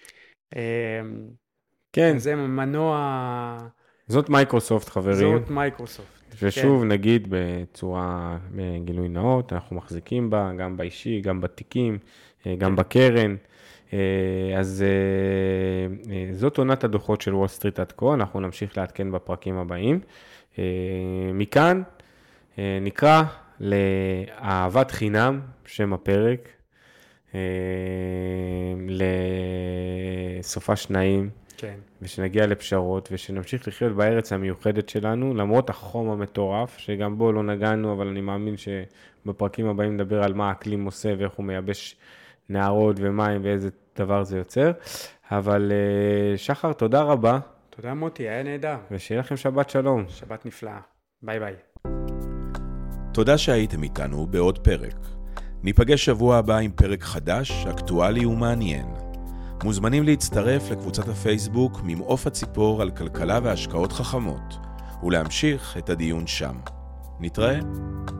כן. זה מנוע... זאת מייקרוסופט, חברים. זאת מייקרוסופט. ושוב, כן. נגיד בצורה, בגילוי נאות, אנחנו מחזיקים בה, גם באישי, גם בתיקים, גם כן. בקרן. אז זאת עונת הדוחות של וול סטריט עד כה, אנחנו נמשיך לעדכן בפרקים הבאים. מכאן נקרא... לאהבת חינם, שם הפרק, לסופה שניים, כן. ושנגיע לפשרות, ושנמשיך לחיות בארץ המיוחדת שלנו, למרות החום המטורף, שגם בו לא נגענו, אבל אני מאמין שבפרקים הבאים נדבר על מה האקלים עושה, ואיך הוא מייבש נערות ומים, ואיזה דבר זה יוצר. אבל שחר, תודה רבה. תודה מוטי, היה נהדר. ושיהיה לכם שבת שלום. שבת נפלאה. ביי ביי. תודה שהייתם איתנו בעוד פרק. ניפגש שבוע הבא עם פרק חדש, אקטואלי ומעניין. מוזמנים להצטרף לקבוצת הפייסבוק ממעוף הציפור על כלכלה והשקעות חכמות, ולהמשיך את הדיון שם. נתראה.